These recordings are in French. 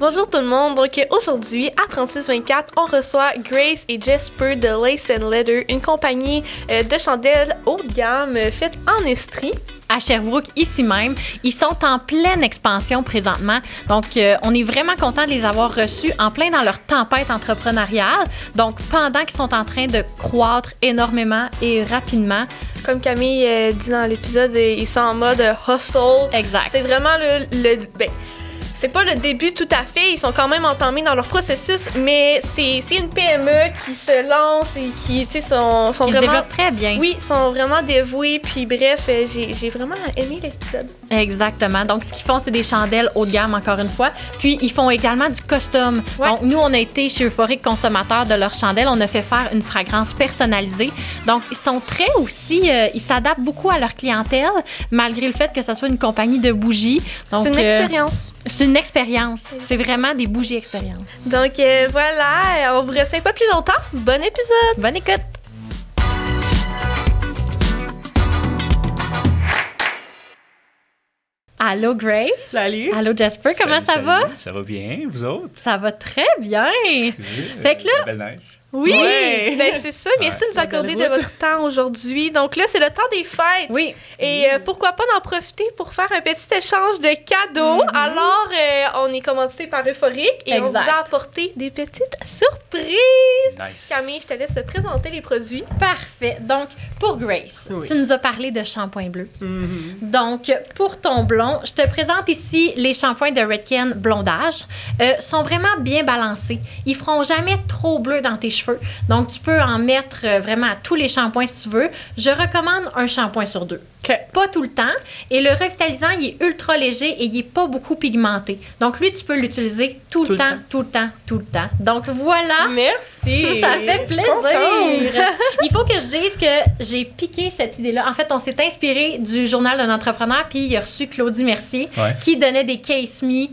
Bonjour tout le monde. Donc aujourd'hui, à 3624, on reçoit Grace et Jesper de Lace & Leather, une compagnie de chandelles haut de gamme faite en Estrie. À Sherbrooke, ici même. Ils sont en pleine expansion présentement. Donc, on est vraiment content de les avoir reçus en plein dans leur tempête entrepreneuriale. Donc, pendant qu'ils sont en train de croître énormément et rapidement. Comme Camille dit dans l'épisode, ils sont en mode hustle. Exact. C'est vraiment c'est pas le début tout à fait, ils sont quand même entamés dans leur processus, mais c'est une PME qui se lance et qui, tu sais, sont Qui vraiment... se développent très bien. Oui, sont vraiment dévoués, puis bref, j'ai vraiment aimé l'épisode. Exactement. Donc, ce qu'ils font, c'est des chandelles haut de gamme, encore une fois. Puis, ils font également du custom. Ouais. Donc, nous, on a été chez Euphorique Consommateur de leurs chandelles. On a fait faire une fragrance personnalisée. Donc, ils sont très aussi... ils s'adaptent beaucoup à leur clientèle, malgré le fait que ce soit une compagnie de bougies. Donc, C'est une expérience. C'est une expérience. C'est vraiment des bougies expérience. Donc voilà, on vous retient pas plus longtemps. Bon épisode! Bonne écoute! Allô, Grace. Salut. Allô, Jesper. Comment ça va? Ça va bien, vous autres? Ça va très bien. Fait que là... La belle neige. Oui! Ouais. Ben c'est ça. Merci de nous accorder de votre temps aujourd'hui. Donc là, c'est le temps des fêtes. Oui. Et pourquoi pas d'en profiter pour faire un petit échange de cadeaux. Alors, on est commandité par Euphorique et on vous Exact. a apporté des petites surprises. Nice. Camille, je te laisse te présenter les produits. Parfait. Donc, pour Grace, Oui. tu nous as parlé de shampoing bleu. Donc, pour ton blond, je te présente ici les shampoings de Redken Blondage. Sont vraiment bien balancés. Ils feront jamais trop bleu dans tes cheveux. Donc, tu peux en mettre vraiment à tous les shampoings si tu veux. Je recommande un shampoing sur 2. OK. Pas tout le temps. Et le revitalisant, il est ultra léger et il est pas beaucoup pigmenté. Donc, lui, tu peux l'utiliser tout le temps. Donc, voilà. Merci. Ça fait plaisir. Contente. Il faut que je dise que j'ai piqué cette idée-là. En fait, on s'est inspiré du journal d'un entrepreneur, puis il a reçu Claudie Mercier, Ouais. qui donnait des case me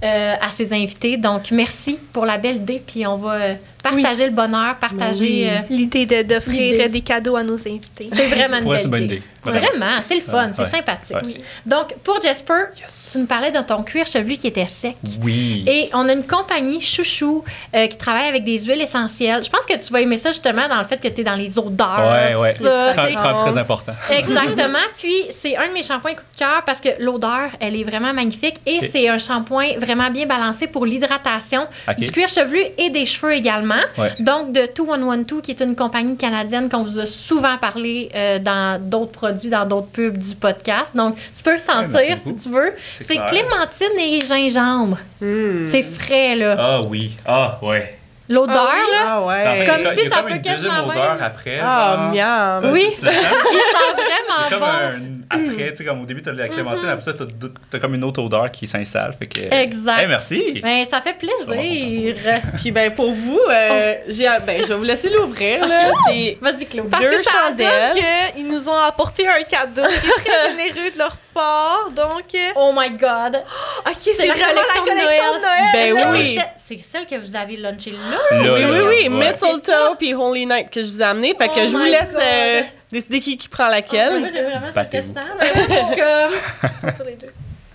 à ses invités. Donc, merci pour la belle idée, puis on va partager le bonheur, partager... L'idée d'offrir L'idée. des cadeaux à nos invités. c'est vraiment une Ouais, belle c'est une bonne idée. idée. Vraiment, c'est le fun, c'est Ouais. sympathique. Ouais. Oui. Donc, pour Jesper, Yes. tu nous parlais de ton cuir chevelu qui était sec. Oui. Et on a une compagnie chouchou qui travaille avec des huiles essentielles. Je pense que tu vas aimer ça justement dans le fait que tu es dans les odeurs. Ouais. tout ça, C'est tu sais. quand même très important. Exactement. Puis, c'est un de mes shampoings coup de cœur parce que l'odeur, elle est vraiment magnifique. Et Ok. c'est un shampoing vraiment bien balancé pour l'hydratation Ok. du cuir chevelu et des cheveux également. Ouais. Donc, de 2112, qui est une compagnie canadienne qu'on vous a souvent parlé dans d'autres produits, dans d'autres pubs du podcast. Donc, tu peux le sentir merci si beaucoup. tu veux. C'est C'est clair. clémentine et gingembre. C'est frais, là. Ah oui. Ah ouais. L'odeur, Ah oui? là. En Ah fait, ouais. Comme il y a si ça comme peut une quasiment deuxième odeur même. après. Ah, genre. miam. Oui. Tu sens? Il sent vraiment C'est comme bon. après, tu sais, comme au début, t'as de la clémentine, après ça, t'as comme une autre odeur qui s'installe. Fait que... Exact. Hey, merci. Ben, ça fait plaisir. Puis ben pour vous, je vais vous laisser l'ouvrir là. C'est Vas-y, Claude. Parce Deux que ça chandelles. donne qu'ils nous ont apporté un cadeau. Il est très généreux de leur part. Donc, Oh my God. OK, c'est la vraiment la collection de collection de Noël. Ben Est-ce que oui. c'est celle que vous avez lunchée là? Là, oui, là, oui, oui, ouais. C'est ça. Mistletoe puis Holy Night que je vous ai amené. Fait que Oh je vous my laisse God. décider qui prend Moi, laquelle. j'ai vraiment ça que je Battez-vous. sens. Là. Je suis comme... Sur les deux.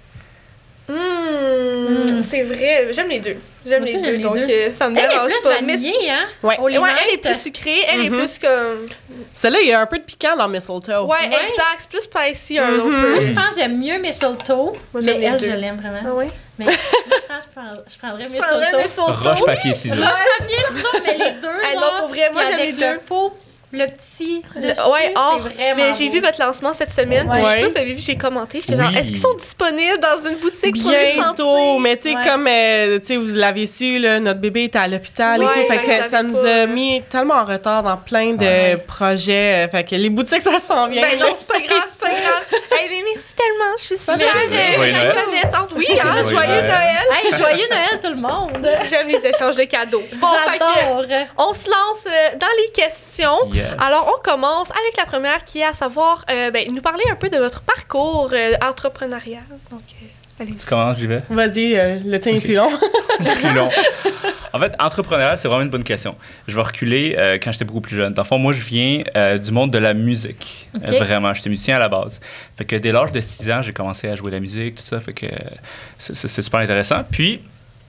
C'est vrai. J'aime les deux. J'aime Moi, les j'aime deux. les Donc, deux. ça me Elle est dérange plus pas. Mais vanillée, hein? Ouais. Holy ouais, elle est Night. plus sucrée. Elle est plus comme. Celle-là, il y a un peu de piquant dans Mistletoe. Ouais, Ouais. exact. C'est plus spicy un autre Moi, peu. je pense que j'aime mieux Mistletoe, Moi, mais j'aime les elle, deux. je l'aime vraiment. Ah ouais? Mais je prendrais Je prendrais Mistletoe. Mistletoe. Roche, papier, ciseaux. Roche, papier, ciseaux, mais les deux, Ah non, genre, pour vrai, moi, puis j'aime avec les deux. le pot, le petit dessus, Ouais, or, c'est vraiment mais j'ai beau. vu votre lancement cette semaine. Puis Ouais. je sais pas si vous avez vu, j'ai commenté. J'étais genre, Oui. est-ce qu'ils sont disponibles dans une boutique pour les Bientôt, sentir? mais tu sais, Ouais. comme tu sais, vous l'avez su, là, notre bébé était à l'hôpital Ouais, et tout. Fait fait que que ça ça nous avait a pas- mis tellement en retard dans plein de Ouais. projets. Fait que les boutiques, ça s'en vient. Ben non, c'est pas grave, c'est pas grave. Hey, mais merci tellement, je suis super Joyeux Noël. reconnaissante. Oui, hein, Joyeux joyeux Noël. Noël. Hey, joyeux Noël tout le monde! J'aime les échanges de cadeaux. Bon, fait que, J'adore! on se lance dans les questions. Yes. Alors, on commence avec la première qui est à savoir, nous parler un peu de votre parcours entrepreneurial. Donc, allez-y. Comment j'y vais? Vas-y, le tien est Ok. plus long. Plus long. En fait, entrepreneurial, c'est vraiment une bonne question. Je vais reculer quand j'étais beaucoup plus jeune. Dans le fond, moi, je viens du monde de la musique. Ok. Vraiment, j'étais musicien à la base. Fait que dès l'âge de 6 ans, j'ai commencé à jouer de la musique, tout ça. Fait que c'est super intéressant. Puis,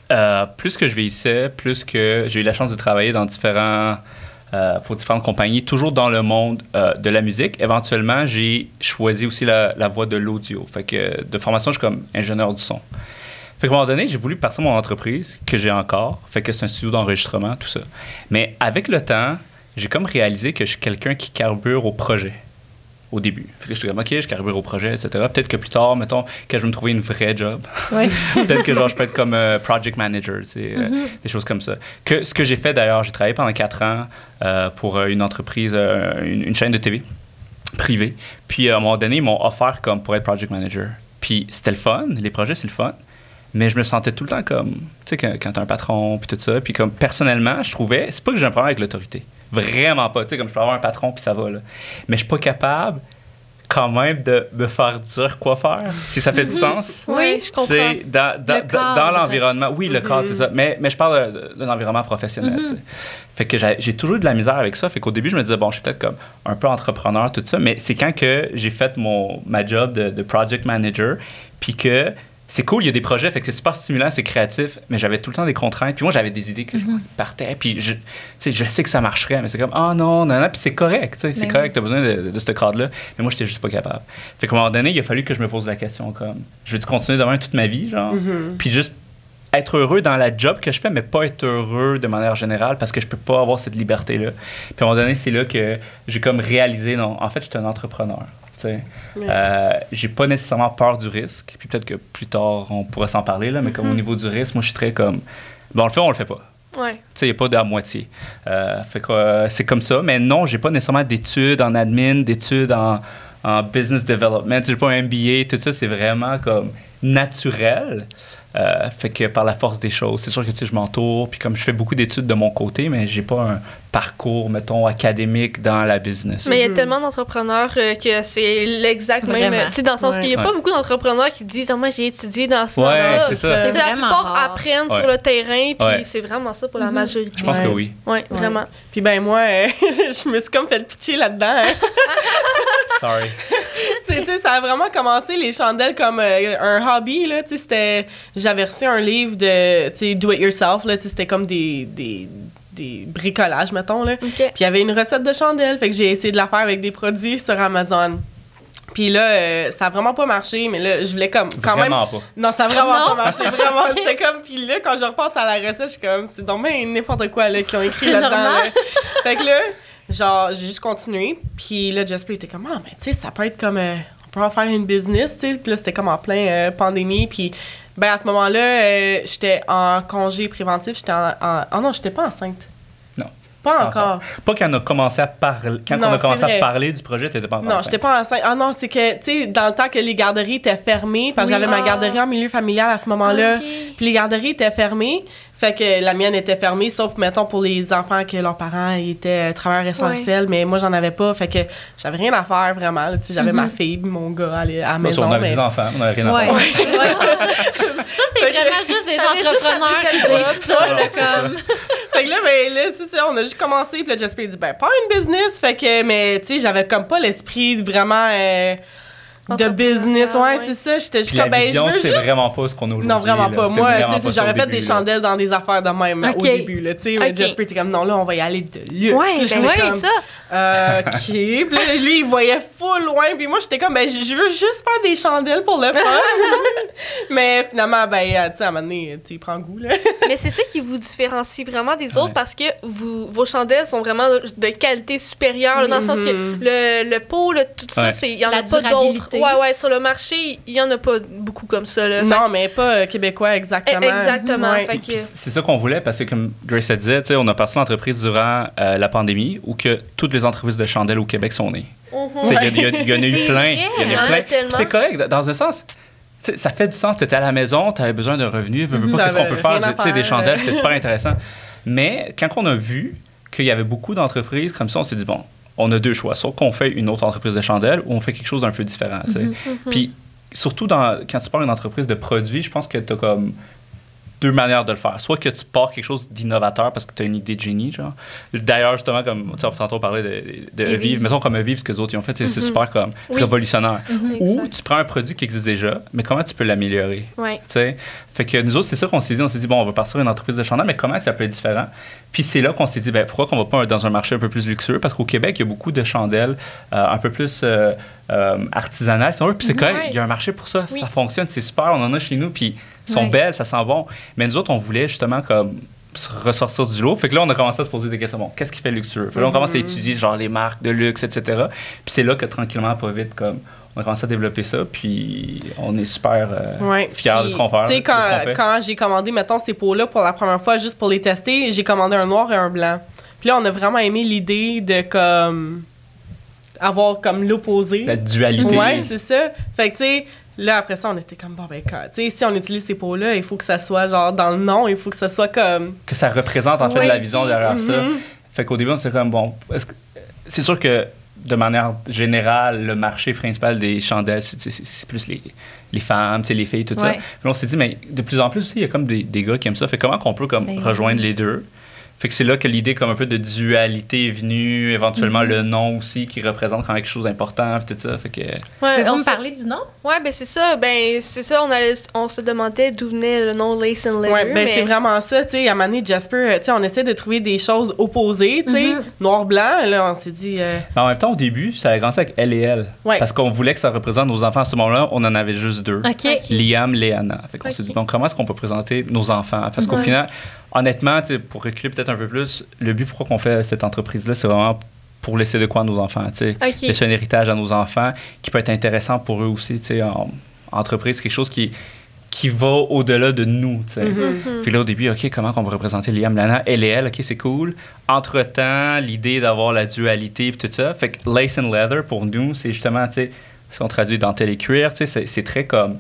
Plus que je vieillissais, plus que j'ai eu la chance de travailler dans pour différentes compagnies, toujours dans le monde de la musique. Éventuellement, j'ai choisi aussi la voie de l'audio. Fait que de formation, je suis comme ingénieur du son. Fait qu'à un moment donné, j'ai voulu partir mon entreprise, que j'ai encore. Fait que c'est un studio d'enregistrement, tout ça. Mais avec le temps, j'ai comme réalisé que je suis quelqu'un qui carbure au projet. Au début. Fait que je suis comme, OK, je carbure au projet, etc. Peut-être que plus tard, mettons, quand je vais me trouver une vraie job, peut-être que genre, je peux être comme project manager, des choses comme ça. Ce que j'ai fait d'ailleurs, j'ai travaillé pendant 4 ans pour une entreprise, une chaîne de TV privée. Puis à un moment donné, ils m'ont offert comme pour être project manager. Puis c'était le fun, les projets, c'est le fun. Mais je me sentais tout le temps comme, tu sais, quand t'as un patron, puis tout ça. Puis comme personnellement, je trouvais, c'est pas que j'ai un problème avec l'autorité. Vraiment pas. Tu sais, comme je peux avoir un patron, puis ça va, là. Mais je suis pas capable, quand même, de me faire dire quoi faire, si ça fait du sens. Oui, je comprends. C'est dans l'environnement. Oui, le cadre, c'est ça. Mais je parle d'un environnement professionnel, tu sais. Fait que j'ai toujours eu de la misère avec ça. Fait qu'au début, je me disais, bon, je suis peut-être comme un peu entrepreneur, tout ça. Mais c'est quand que j'ai fait ma job de project manager, puis que c'est cool, il y a des projets, fait que c'est super stimulant, c'est créatif, mais j'avais tout le temps des contraintes. Puis moi, j'avais des idées que je partais, puis je sais que ça marcherait, mais c'est comme, non, puis c'est correct, tu sais, c'est correct, t'as besoin de ce cadre-là. Mais moi, j'étais juste pas capable. Fait qu'à un moment donné, il a fallu que je me pose la question, comme, je vais continuer demain toute ma vie, genre, puis juste être heureux dans la job que je fais, mais pas être heureux de manière générale parce que je peux pas avoir cette liberté-là. Puis à un moment donné, c'est là que j'ai comme réalisé, non, en fait, je suis un entrepreneur. J'ai pas nécessairement peur du risque. Puis peut-être que plus tard, on pourrait s'en parler, là, mais comme au niveau du risque, moi, je suis très comme... on le fait ou on le fait pas. Ouais. Tu sais, il n'y a pas à moitié. Fait que c'est comme ça. Mais non, j'ai pas nécessairement d'études en admin, d'études en business development. J'ai pas un MBA, tout ça, c'est vraiment comme naturel. Fait que par la force des choses, c'est sûr que je m'entoure, puis comme je fais beaucoup d'études de mon côté, mais j'ai pas un parcours, mettons, académique dans la business. Mais il y a tellement d'entrepreneurs que c'est l'exact même, tu sais, dans le sens qu'il n'y a pas beaucoup d'entrepreneurs qui disent « moi, j'ai étudié dans ça. » c'est ça. La plupart apprennent sur le terrain, puis c'est vraiment ça pour la majorité. Je pense que oui. Oui, vraiment. Puis ben moi, je me suis comme fait pitcher là-dedans. Sorry. Ça a vraiment commencé, les chandelles, comme un hobby, là, tu sais, j'avais reçu un livre de, tu sais, do it yourself, là, tu sais, c'était comme des bricolages, mettons, là. Okay. Puis il y avait une recette de chandelle, fait que j'ai essayé de la faire avec des produits sur Amazon. Puis là, ça a vraiment pas marché, mais là, je voulais comme quand vraiment même... pas. Non, ça a vraiment pas marché, vraiment. C'était comme... Puis là, quand je repense à la recette, je suis comme, c'est donc bien n'importe quoi, là, qu'ils ont écrit là-dedans, là. Fait que là, genre, j'ai juste continué. Puis là, Jasper était comme, mais tu sais, ça peut être comme... on peut en faire une business, tu sais. Puis là, c'était comme en plein pandémie, puis... Ben à ce moment-là, j'étais en congé préventif, j'étais non, j'étais pas enceinte. Non. Pas encore. Pas quand on a commencé à parler. Quand on a commencé à parler du projet, t'étais pas encore enceinte. Non, j'étais pas enceinte. Ah non, c'est que, tu sais, dans le temps que les garderies étaient fermées, parce que j'avais ma garderie en milieu familial à ce moment-là, puis les garderies étaient fermées, fait que la mienne était fermée, sauf, mettons, pour les enfants que leurs parents étaient travailleurs essentiels, mais moi, j'en avais pas, fait que j'avais rien à faire, vraiment. Tu sais, j'avais ma fille, mon gars à la maison. On avait des enfants, on avait rien à faire. Ça, c'est vraiment juste des entrepreneurs qui disent ça, là, comme... Fait que là, ben, là, c'est ça, on a juste commencé, puis là, Jasper dit, ben, pas une business, fait que, mais, tu sais, j'avais comme pas l'esprit vraiment de business, c'est ça, j'étais juste comme, ben, je veux c'était vraiment pas ce qu'on a aujourd'hui. Non, vraiment pas. Moi, tu sais, j'aurais fait début, des chandelles dans des affaires de même au début, là, tu sais, mais Jasper était comme, non, là, on va y aller de luxe. Ouais, comme, ça. OK. Puis là, lui, il voyait full loin, puis moi, j'étais comme, ben, je veux juste faire des chandelles pour le fun. Mais finalement, ben, tu sais, à un moment donné, tu y prends goût, là. Mais c'est ça qui vous différencie vraiment des autres parce que vos chandelles sont vraiment de qualité supérieure, là, dans le sens que le pot, là, tout ça, il y en a pas d'autres. Ouais, sur le marché, il y en a pas beaucoup comme ça, là. Non, mais pas québécois, exactement. Exactement. Ouais. Fait que... C'est ça qu'on voulait parce que, comme Grace a dit, tu sais, on a parti l'entreprise durant la pandémie où que toutes les entreprises de chandelles au Québec sont nées. Il y en a eu plein. Il y en a plein. C'est correct, dans un sens. T'sais, ça fait du sens. Tu étais à la maison, tu avais besoin d'un revenu. Qu'est-ce qu'on peut faire? Des chandelles, c'était super intéressant. Mais quand on a vu qu'il y avait beaucoup d'entreprises comme ça, on s'est dit, bon, on a deux choix. Soit qu'on fait une autre entreprise de chandelles ou on fait quelque chose d'un peu différent. Puis surtout quand tu parles d'une entreprise de produits, je pense que tu as comme deux manières de le faire. Soit que tu pars quelque chose d'innovateur parce que tu as une idée de génie, genre. D'ailleurs, justement, comme tantôt on parlait de Evive, mettons comme Evive, ce que les autres ils ont fait, c'est super comme révolutionnaire. Ou tu prends un produit qui existe déjà, mais comment tu peux l'améliorer? Fait que nous autres, c'est ça qu'on s'est dit. Bon, on va partir une entreprise de chandelles, mais comment ça peut être différent? Puis c'est là qu'on s'est dit, pourquoi qu'on va pas dans un marché un peu plus luxueux? Parce qu'au Québec, il y a beaucoup de chandelles un peu plus artisanales, si on veut. Puis c'est correct, il y a un marché pour ça. Ça fonctionne, c'est super, on en a chez nous, puis elles sont belles, ça sent bon. Mais nous autres, on voulait justement comme ressortir du lot. Fait que là, on a commencé à se poser des questions. Bon, qu'est-ce qui fait luxueux? Fait que là, on commence à étudier genre les marques de luxe, etc. Puis c'est là que tranquillement, pas vite, comme on a commencé à développer ça, puis on est super fiers de ce qu'on fait. Tu sais, quand j'ai commandé, mettons, ces pots-là pour la première fois, juste pour les tester, j'ai commandé un noir et un blanc. Puis là, on a vraiment aimé l'idée de comme avoir comme l'opposé. La dualité. Ouais, c'est ça. Fait que, tu sais, là, après ça, on était comme, bon, ben, tu sais, si on utilise ces pots-là, il faut que ça soit, genre, dans le nom, il faut que ça soit comme... Que ça représente, en fait, la vision derrière ça. Fait qu'au début, on s'était comme, bon, c'est sûr que, de manière générale, le marché principal des chandelles, c'est plus les femmes, les filles, tout ça. Puis on s'est dit, mais de plus en plus aussi, il y a comme des gars qui aiment ça. Fait comment qu'on peut comme rejoindre les deux? Fait que c'est là que l'idée comme un peu de dualité est venue, éventuellement le nom aussi qui représente quand même quelque chose d'important, puis tout ça. Fait que... Pouvez-vous me parler du nom? Ouais, ben c'est ça. On se demandait d'où venait le nom Lace and Leather. Ouais, ben c'est vraiment ça. Tu sais, à un moment donné, Jasper, tu sais, on essaie de trouver des choses opposées, tu sais, noir-blanc. Là, on s'est dit... En même temps, au début, ça a commencé avec elle et elle. Parce qu'on voulait que ça représente nos enfants. À ce moment-là, on en avait juste deux. Liam, Léana. Fait qu'on s'est dit, bon, comment est-ce qu'on peut présenter nos enfants? Parce qu'au final... Honnêtement, pour reculer peut-être un peu plus, le but pourquoi on fait cette entreprise-là, c'est vraiment pour laisser de quoi à nos enfants, laisser un héritage à nos enfants qui peut être intéressant pour eux aussi, en entreprise, quelque chose qui va au-delà de nous, Puis là, au début, OK, comment on va représenter Liam, Lana, elle et elle, OK, c'est cool. Entre-temps, l'idée d'avoir la dualité et tout ça, fait que Lace and Leather, pour nous, c'est justement, si on traduit dentelle et cuir, c'est très comme...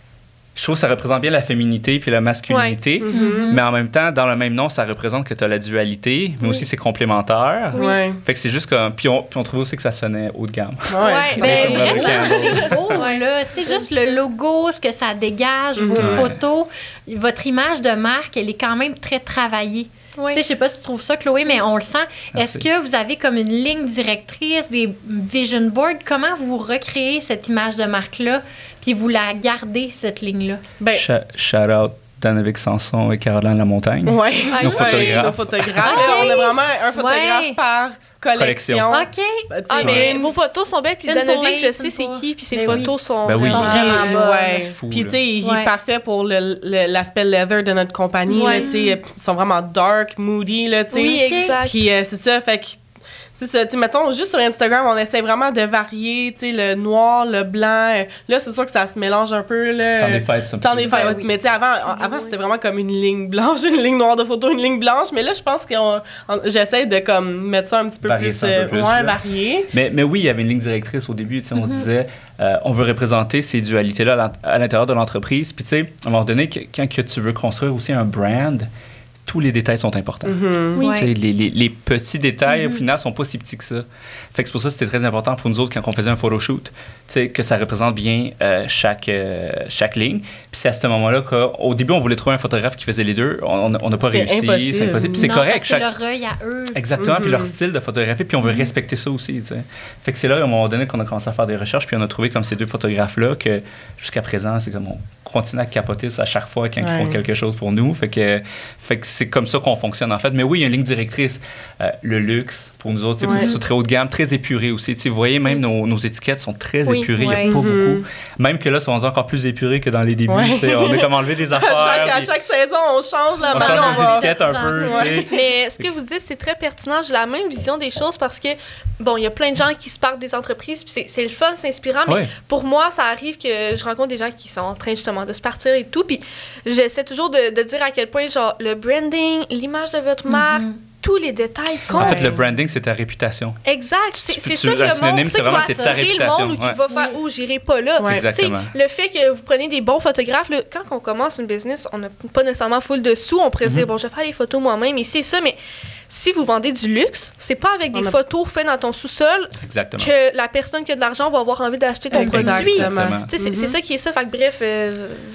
Je trouve que ça représente bien la féminité puis la masculinité, mais en même temps, dans le même nom, ça représente que tu as la dualité, mais aussi c'est complémentaire. Fait que c'est juste comme... Puis on trouvait aussi que ça sonnait haut de gamme. Ben vraiment, c'est beau, là. Tu sais, juste le logo, ce que ça dégage, vos photos, votre image de marque, elle est quand même très travaillée. Tu sais, je sais pas si tu trouves ça, Chloé, mais on le sent. Merci. Est-ce que vous avez comme une ligne directrice, des vision boards? Comment vous recréez cette image de marque-là, puis vous la gardez, cette ligne-là? Ben, shout-out Danovic Sanson et Caroline Lamontagne. Nos photographes. Nos photographes. On a vraiment un photographe par collection. OK. Mais vos photos sont belles, puis Danovic, je sais c'est qui, puis ses photos sont vraiment bonnes. Puis, tu sais, il est parfait pour l'aspect leather de notre compagnie. Tu sais, ils sont vraiment dark, moody, là, tu sais. Oui, exact. Puis, c'est ça, fait que... C'est ça, tu sais, mettons, juste sur Instagram, on essaie vraiment de varier, tu sais, le noir, le blanc. Là, c'est sûr que ça se mélange un peu, là. T'en es fait, ça. T'en es fait, mais tu sais, avant c'était vraiment comme une ligne blanche, une ligne noire de photo, une ligne blanche. Mais là, je pense que j'essaie de, comme, mettre ça un petit peu plus varié. Mais oui, il y avait une ligne directrice au début, tu sais, on disait, on veut représenter ces dualités-là à l'intérieur de l'entreprise. Puis, tu sais, à un moment donné, quand tu veux construire aussi un brand, tous les détails sont importants. Les petits détails, au final, sont pas si petits que ça. Fait que c'est pour ça que c'était très important pour nous autres quand on faisait un photoshoot, que ça représente bien chaque ligne. Puis c'est à ce moment-là qu'au début, on voulait trouver un photographe qui faisait les deux. On n'a pas réussi. Impossible. C'est impossible. Puis c'est correct. C'est leur œil à eux. Exactement. Puis leur style de photographie. Puis on veut respecter ça aussi. Fait que c'est là, à un moment donné, qu'on a commencé à faire des recherches. Puis on a trouvé comme ces deux photographes-là que jusqu'à présent, c'est comme on continue à capoter à chaque fois quand ils font quelque chose pour nous. Fait que c'est comme ça qu'on fonctionne, en fait. Mais oui, il y a une ligne directrice. Le luxe, pour nous autres, il faut que ce soit très haut de gamme, très épuré aussi. Vous voyez, même nos étiquettes sont très épurées. Il n'y a pas beaucoup. Même que là, sont encore plus épurées que dans les débuts. On a comme enlevé des affaires. À chaque saison, on change la change les étiquettes un peu. Mais ce que vous dites, c'est très pertinent. J'ai la même vision des choses parce que, bon, il y a plein de gens qui se partent des entreprises, puis c'est le fun, c'est inspirant. Mais pour moi, ça arrive que je rencontre des gens qui sont en train, justement, de se partir et tout. Puis j'essaie toujours de dire à quel point, genre, le branding, l'image de votre marque, tous les détails comptent. En fait, le branding, c'est ta réputation. C'est ça que le monde, c'est vraiment c'est ta réputation. Le monde qui va faire « Oh, j'irai pas là ». Exactement. Le fait que vous prenez des bons photographes, là, quand on commence une business, on n'a pas nécessairement full de sous. On pourrait dire « Bon, je vais faire les photos moi-même » et c'est ça, mais si vous vendez du luxe, c'est pas avec des photos faites dans ton sous-sol que la personne qui a de l'argent va avoir envie d'acheter ton produit. C'est ça qui est ça. Fait que bref,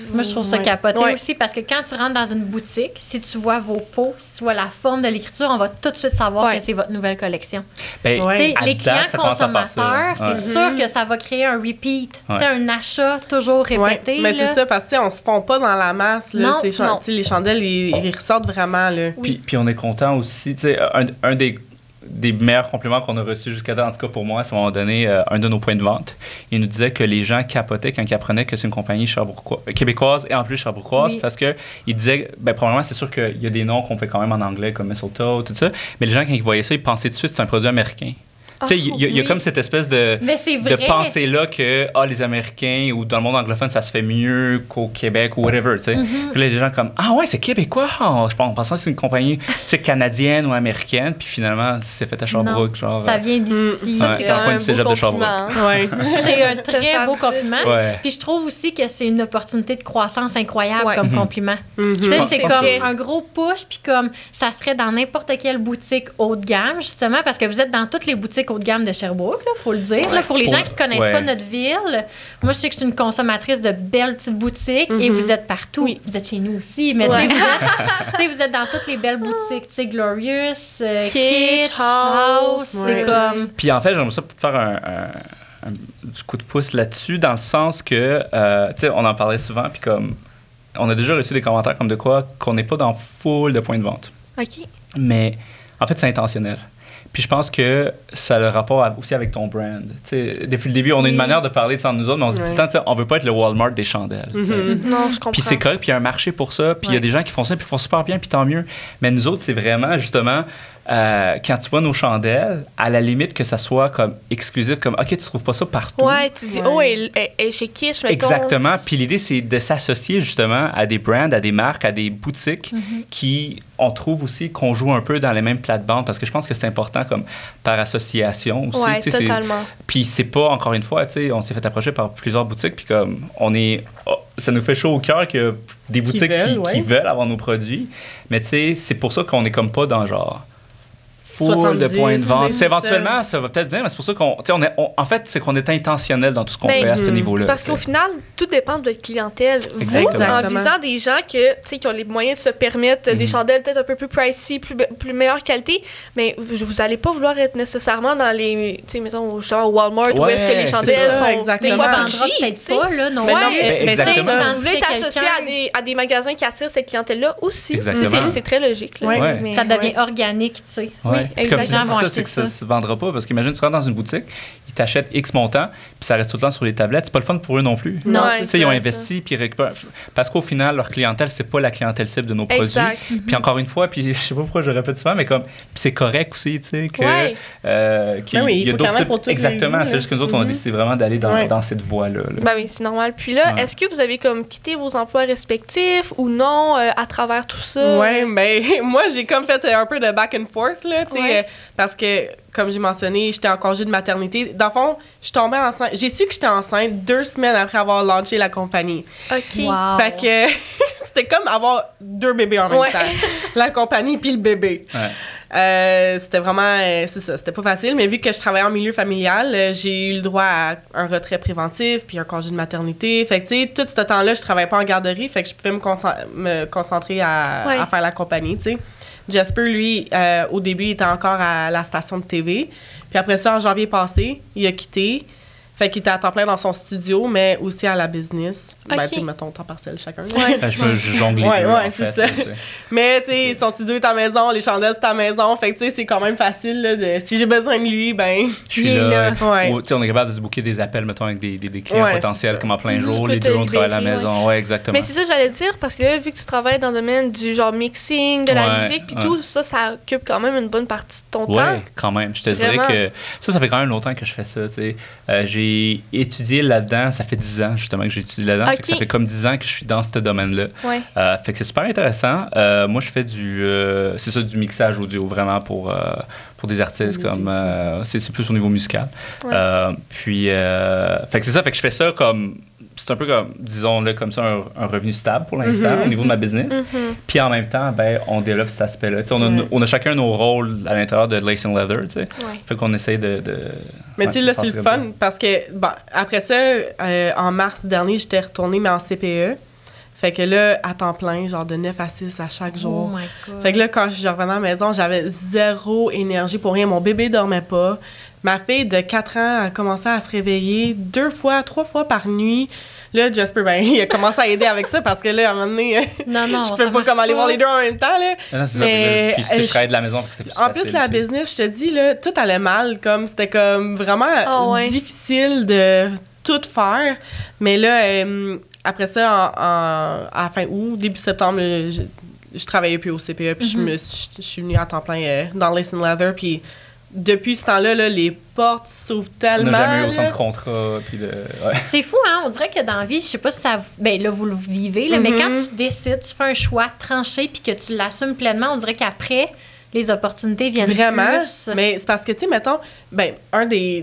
Moi, je trouve ça capoté aussi parce que quand tu rentres dans une boutique, si tu vois vos pots, si tu vois la forme de l'écriture, on va tout de suite savoir que c'est votre nouvelle collection. Ben, les clients consommateurs, c'est sûr que ça va créer un repeat, un achat toujours répété. Mais c'est ça, parce qu'on ne se fond pas dans la masse. Là, les chandelles, ils ressortent vraiment. Là. Puis on est content aussi. Un des meilleurs compliments qu'on a reçus jusqu'à temps, en tout cas pour moi, c'est à un moment donné, un de nos points de vente. Il nous disait que les gens capotaient quand ils apprenaient que c'est une compagnie québécoise et en plus sherbrookoise parce qu'il disait, probablement, c'est sûr qu'il y a des noms qu'on fait quand même en anglais comme Mistletoe, tout ça, mais les gens, quand ils voyaient ça, ils pensaient tout de suite que c'est un produit américain. Il y a comme cette espèce de pensée-là que les Américains ou dans le monde anglophone, ça se fait mieux qu'au Québec ou whatever. Puis là, les gens comme ouais, c'est québécois. Je pense que c'est une compagnie canadienne ou américaine. Puis finalement, c'est fait à Sherbrooke. Genre, ça vient d'ici. Ça, c'est quand même un beau compliment. C'est un très beau compliment. Puis je trouve aussi que c'est une opportunité de croissance incroyable comme compliment. C'est comme un gros push. Puis comme ça serait dans n'importe quelle boutique haut de gamme, justement, parce que vous êtes dans toutes les boutiques haut de gamme de Sherbrooke, il faut le dire. Là, pour les gens qui ne connaissent pas notre ville, moi, je sais que je suis une consommatrice de belles petites boutiques et vous êtes partout. Vous êtes chez nous aussi, mais vous êtes dans toutes les belles boutiques. Tu sais, Glorious, Kitsch, House, c'est comme... Puis en fait, j'aimerais ça peut-être faire un du coup de pouce là-dessus, dans le sens que, tu sais, on en parlait souvent, puis comme, on a déjà reçu des commentaires comme de quoi qu'on n'est pas dans full de points de vente. OK. Mais en fait, c'est intentionnel. Puis je pense que ça a le rapport aussi avec ton brand. T'sais, depuis le début, on a une manière de parler de ça nous autres, mais on se dit tout le temps, on veut pas être le Walmart des chandelles. Non, je comprends. Puis c'est correct, puis il y a un marché pour ça, puis il y a des gens qui font ça, puis ils font super bien, puis tant mieux. Mais nous autres, c'est vraiment, justement, quand tu vois nos chandelles, à la limite que ça soit comme exclusif, comme OK, tu trouves pas ça partout. Ouais, tu dis elle est chez Kitsch, mettons. Exactement. Puis l'idée, c'est de s'associer justement à des brands, à des marques, à des boutiques qui, on trouve aussi qu'on joue un peu dans les mêmes plates-bandes, parce que je pense que c'est important comme par association aussi. Ouais, totalement. Puis c'est pas, encore une fois, tu sais, on s'est fait approcher par plusieurs boutiques, puis comme on est... ça nous fait chaud au cœur que des boutiques qui veulent avoir nos produits. Mais tu sais, c'est pour ça qu'on est comme pas dans genre... full de points de vente. Éventuellement, ça va peut-être venir, mais c'est pour ça qu'on... en fait, c'est qu'on est intentionnel dans tout ce qu'on fait à ce niveau-là. C'est parce qu'au final, tout dépend de votre clientèle. Exactement. Vous, en visant des gens qui ont les moyens de se permettre des chandelles peut-être un peu plus pricey, plus meilleure qualité, mais vous n'allez pas vouloir être nécessairement dans les... Tu sais, mettons, genre Walmart, où est-ce que les chandelles sont des fois plus cheap. Peut-être pas, là, non? Exactement. Vous voulez être associé à des magasins qui attirent cette clientèle-là aussi. C'est très logique. Ça devient organique, tu sais. Exactement. C'est que ça se vendra pas, parce qu'imagine, tu rentres dans une boutique, ils t'achètent X montant, puis ça reste tout le temps sur les tablettes. C'est pas le fun pour eux non plus. Non, ils ont investi, puis ils récupèrent. Parce qu'au final, leur clientèle, c'est pas la clientèle cible de nos produits. Puis encore une fois, puis je sais pas pourquoi je répète souvent, mais comme c'est correct aussi, tu sais, que il y a d'autres types. Exactement. C'est juste que nous autres, on a décidé vraiment d'aller dans cette voie-là. Ben oui, c'est normal. Puis là, est-ce que vous avez comme quitté vos emplois respectifs ou non à travers tout ça? Oui, ben moi, j'ai comme fait un peu de back and forth, là, tu sais, parce que, comme j'ai mentionné, j'étais en congé de maternité. Dans le fond, je suis tombée enceinte. J'ai su que j'étais enceinte 2 semaines après avoir lancé la compagnie. OK. Wow. Fait que c'était comme avoir 2 bébés en même temps. La compagnie puis le bébé. C'était vraiment... c'est ça, c'était pas facile, mais vu que je travaillais en milieu familial, j'ai eu le droit à un retrait préventif puis un congé de maternité. Fait que, tu sais, tout ce temps-là, je travaillais pas en garderie, fait que je pouvais me concentrer à faire la compagnie, tu sais. Jasper, lui, au début, il était encore à la station de TV. Puis après ça, en janvier passé, il a quitté. Fait qu'il était à temps plein dans son studio, mais aussi à la business. Okay. Ben, tu sais, mettons, temps partiel chacun. Je me jongle les deux, en c'est fait, ça. Mais, tu sais, son studio est à la maison, les chandelles, c'est à la maison. Fait que, tu sais, c'est quand même facile, là, si j'ai besoin de lui, ben... Je suis là. Ou, tu sais, on est capable de se booker des appels, mettons, avec des clients potentiels, comme en plein jour. Les deux, on travaille à la maison. Ouais, exactement. Mais c'est ça que j'allais dire, parce que là, vu que tu travailles dans le domaine du genre mixing, de la musique, puis tout, ça occupe quand même une bonne partie de ton temps. Ouais, quand même. Je te dirais que ça fait quand même longtemps que je fais ça, tu sais. J'ai étudié là-dedans, ça fait 10 ans justement que j'ai étudié là-dedans. Fait que ça fait comme 10 ans que je suis dans ce domaine-là. Fait que c'est super intéressant. Moi, je fais du mixage audio vraiment pour des artistes comme c'est plus au niveau musical. Puis fait que c'est ça, fait que je fais ça comme c'est un peu comme, disons-le comme ça, un revenu stable pour l'instant au niveau de ma business. Puis en même temps, ben, on développe cet aspect-là. On a chacun nos rôles à l'intérieur de Lace and Leather. Fait qu'on essaie de mais tu sais, là, c'est le fun parce que, bon, après ça, en mars dernier, j'étais retournée, mais en CPE. Fait que là, à temps plein, genre de 9 à 6 à chaque jour. Oh my God. Fait que là, quand je revenais à la maison, j'avais zéro énergie pour rien. Mon bébé dormait pas. Ma fille de 4 ans a commencé à se réveiller 2 fois, 3 fois par nuit. Là, Jasper, ben, il a commencé à aider avec ça parce que là, à un moment donné, Non, je peux pas comme aller voir les deux en même temps. Là. Non, c'est Mais, ça. Puis je travaille de la maison, c'est plus en facile plus, la aussi. business, je te dis, là, tout allait mal. Comme, c'était comme vraiment difficile de tout faire. Mais là, après ça, à la fin août, début septembre, je travaillais plus au CPE. Puis je suis venue à temps plein dans Lace & Leather. Puis depuis ce temps-là, là, les portes s'ouvrent tellement. On n'a jamais eu autant là. de contrats. Puis C'est fou, hein? On dirait que dans la vie, je sais pas si ça... Ben là, vous le vivez, là, mais quand tu décides, tu fais un choix tranché puis que tu l'assumes pleinement, on dirait qu'après, les opportunités viennent Vraiment. plus. Mais c'est parce que, tu sais, mettons, ben, un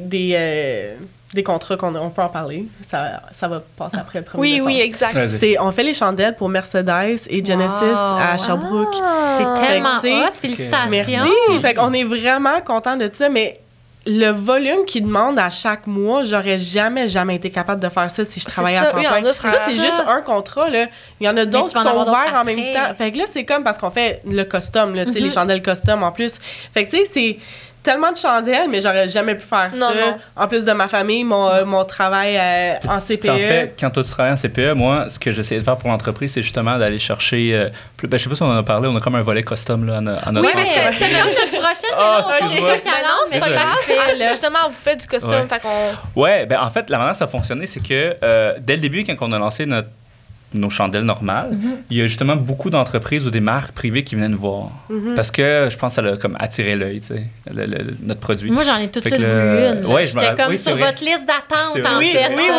des contrats on peut en parler, ça va passer après le 1er décembre. Oui, exact. On fait les chandelles pour Mercedes et Genesis à Sherbrooke. C'est tellement Fait que, hot. Félicitations. Merci. Fait qu'on est vraiment content de ça, mais le volume qu'ils demandent à chaque mois, j'aurais jamais été capable de faire ça si je travaillais à temps plein. Ça, c'est juste un contrat, là. Il y en a d'autres qui sont ouverts en même temps. Fait que là, c'est comme parce qu'on fait le custom, là, tu sais, les chandelles custom en plus. Fait que, tu sais, c'est tellement de chandelles, mais j'aurais jamais pu faire ça. Non. En plus de ma famille, mon travail en CPE. En fait, quand toi, tu travailles en CPE, moi, ce que j'essayais de faire pour l'entreprise, c'est justement d'aller chercher... je sais pas si on en a parlé, on a comme un volet custom là, à notre Oui, mais c'était comme notre prochaine. excuse-moi. C'est pas grave. Justement, vous faites du custom. Fait qu'on... Ouais, ben en fait, la manière dont ça a fonctionné, c'est que dès le début, quand on a lancé nos chandelles normales, il y a justement beaucoup d'entreprises ou des marques privées qui venaient nous voir. Parce que je pense que ça a comme attiré l'œil, tu sais, notre produit. Moi, j'en ai tout de suite voulu une. Ouais, je me J'étais rappelle. comme Oui, sur votre liste d'attente, en Oui, fait. oui.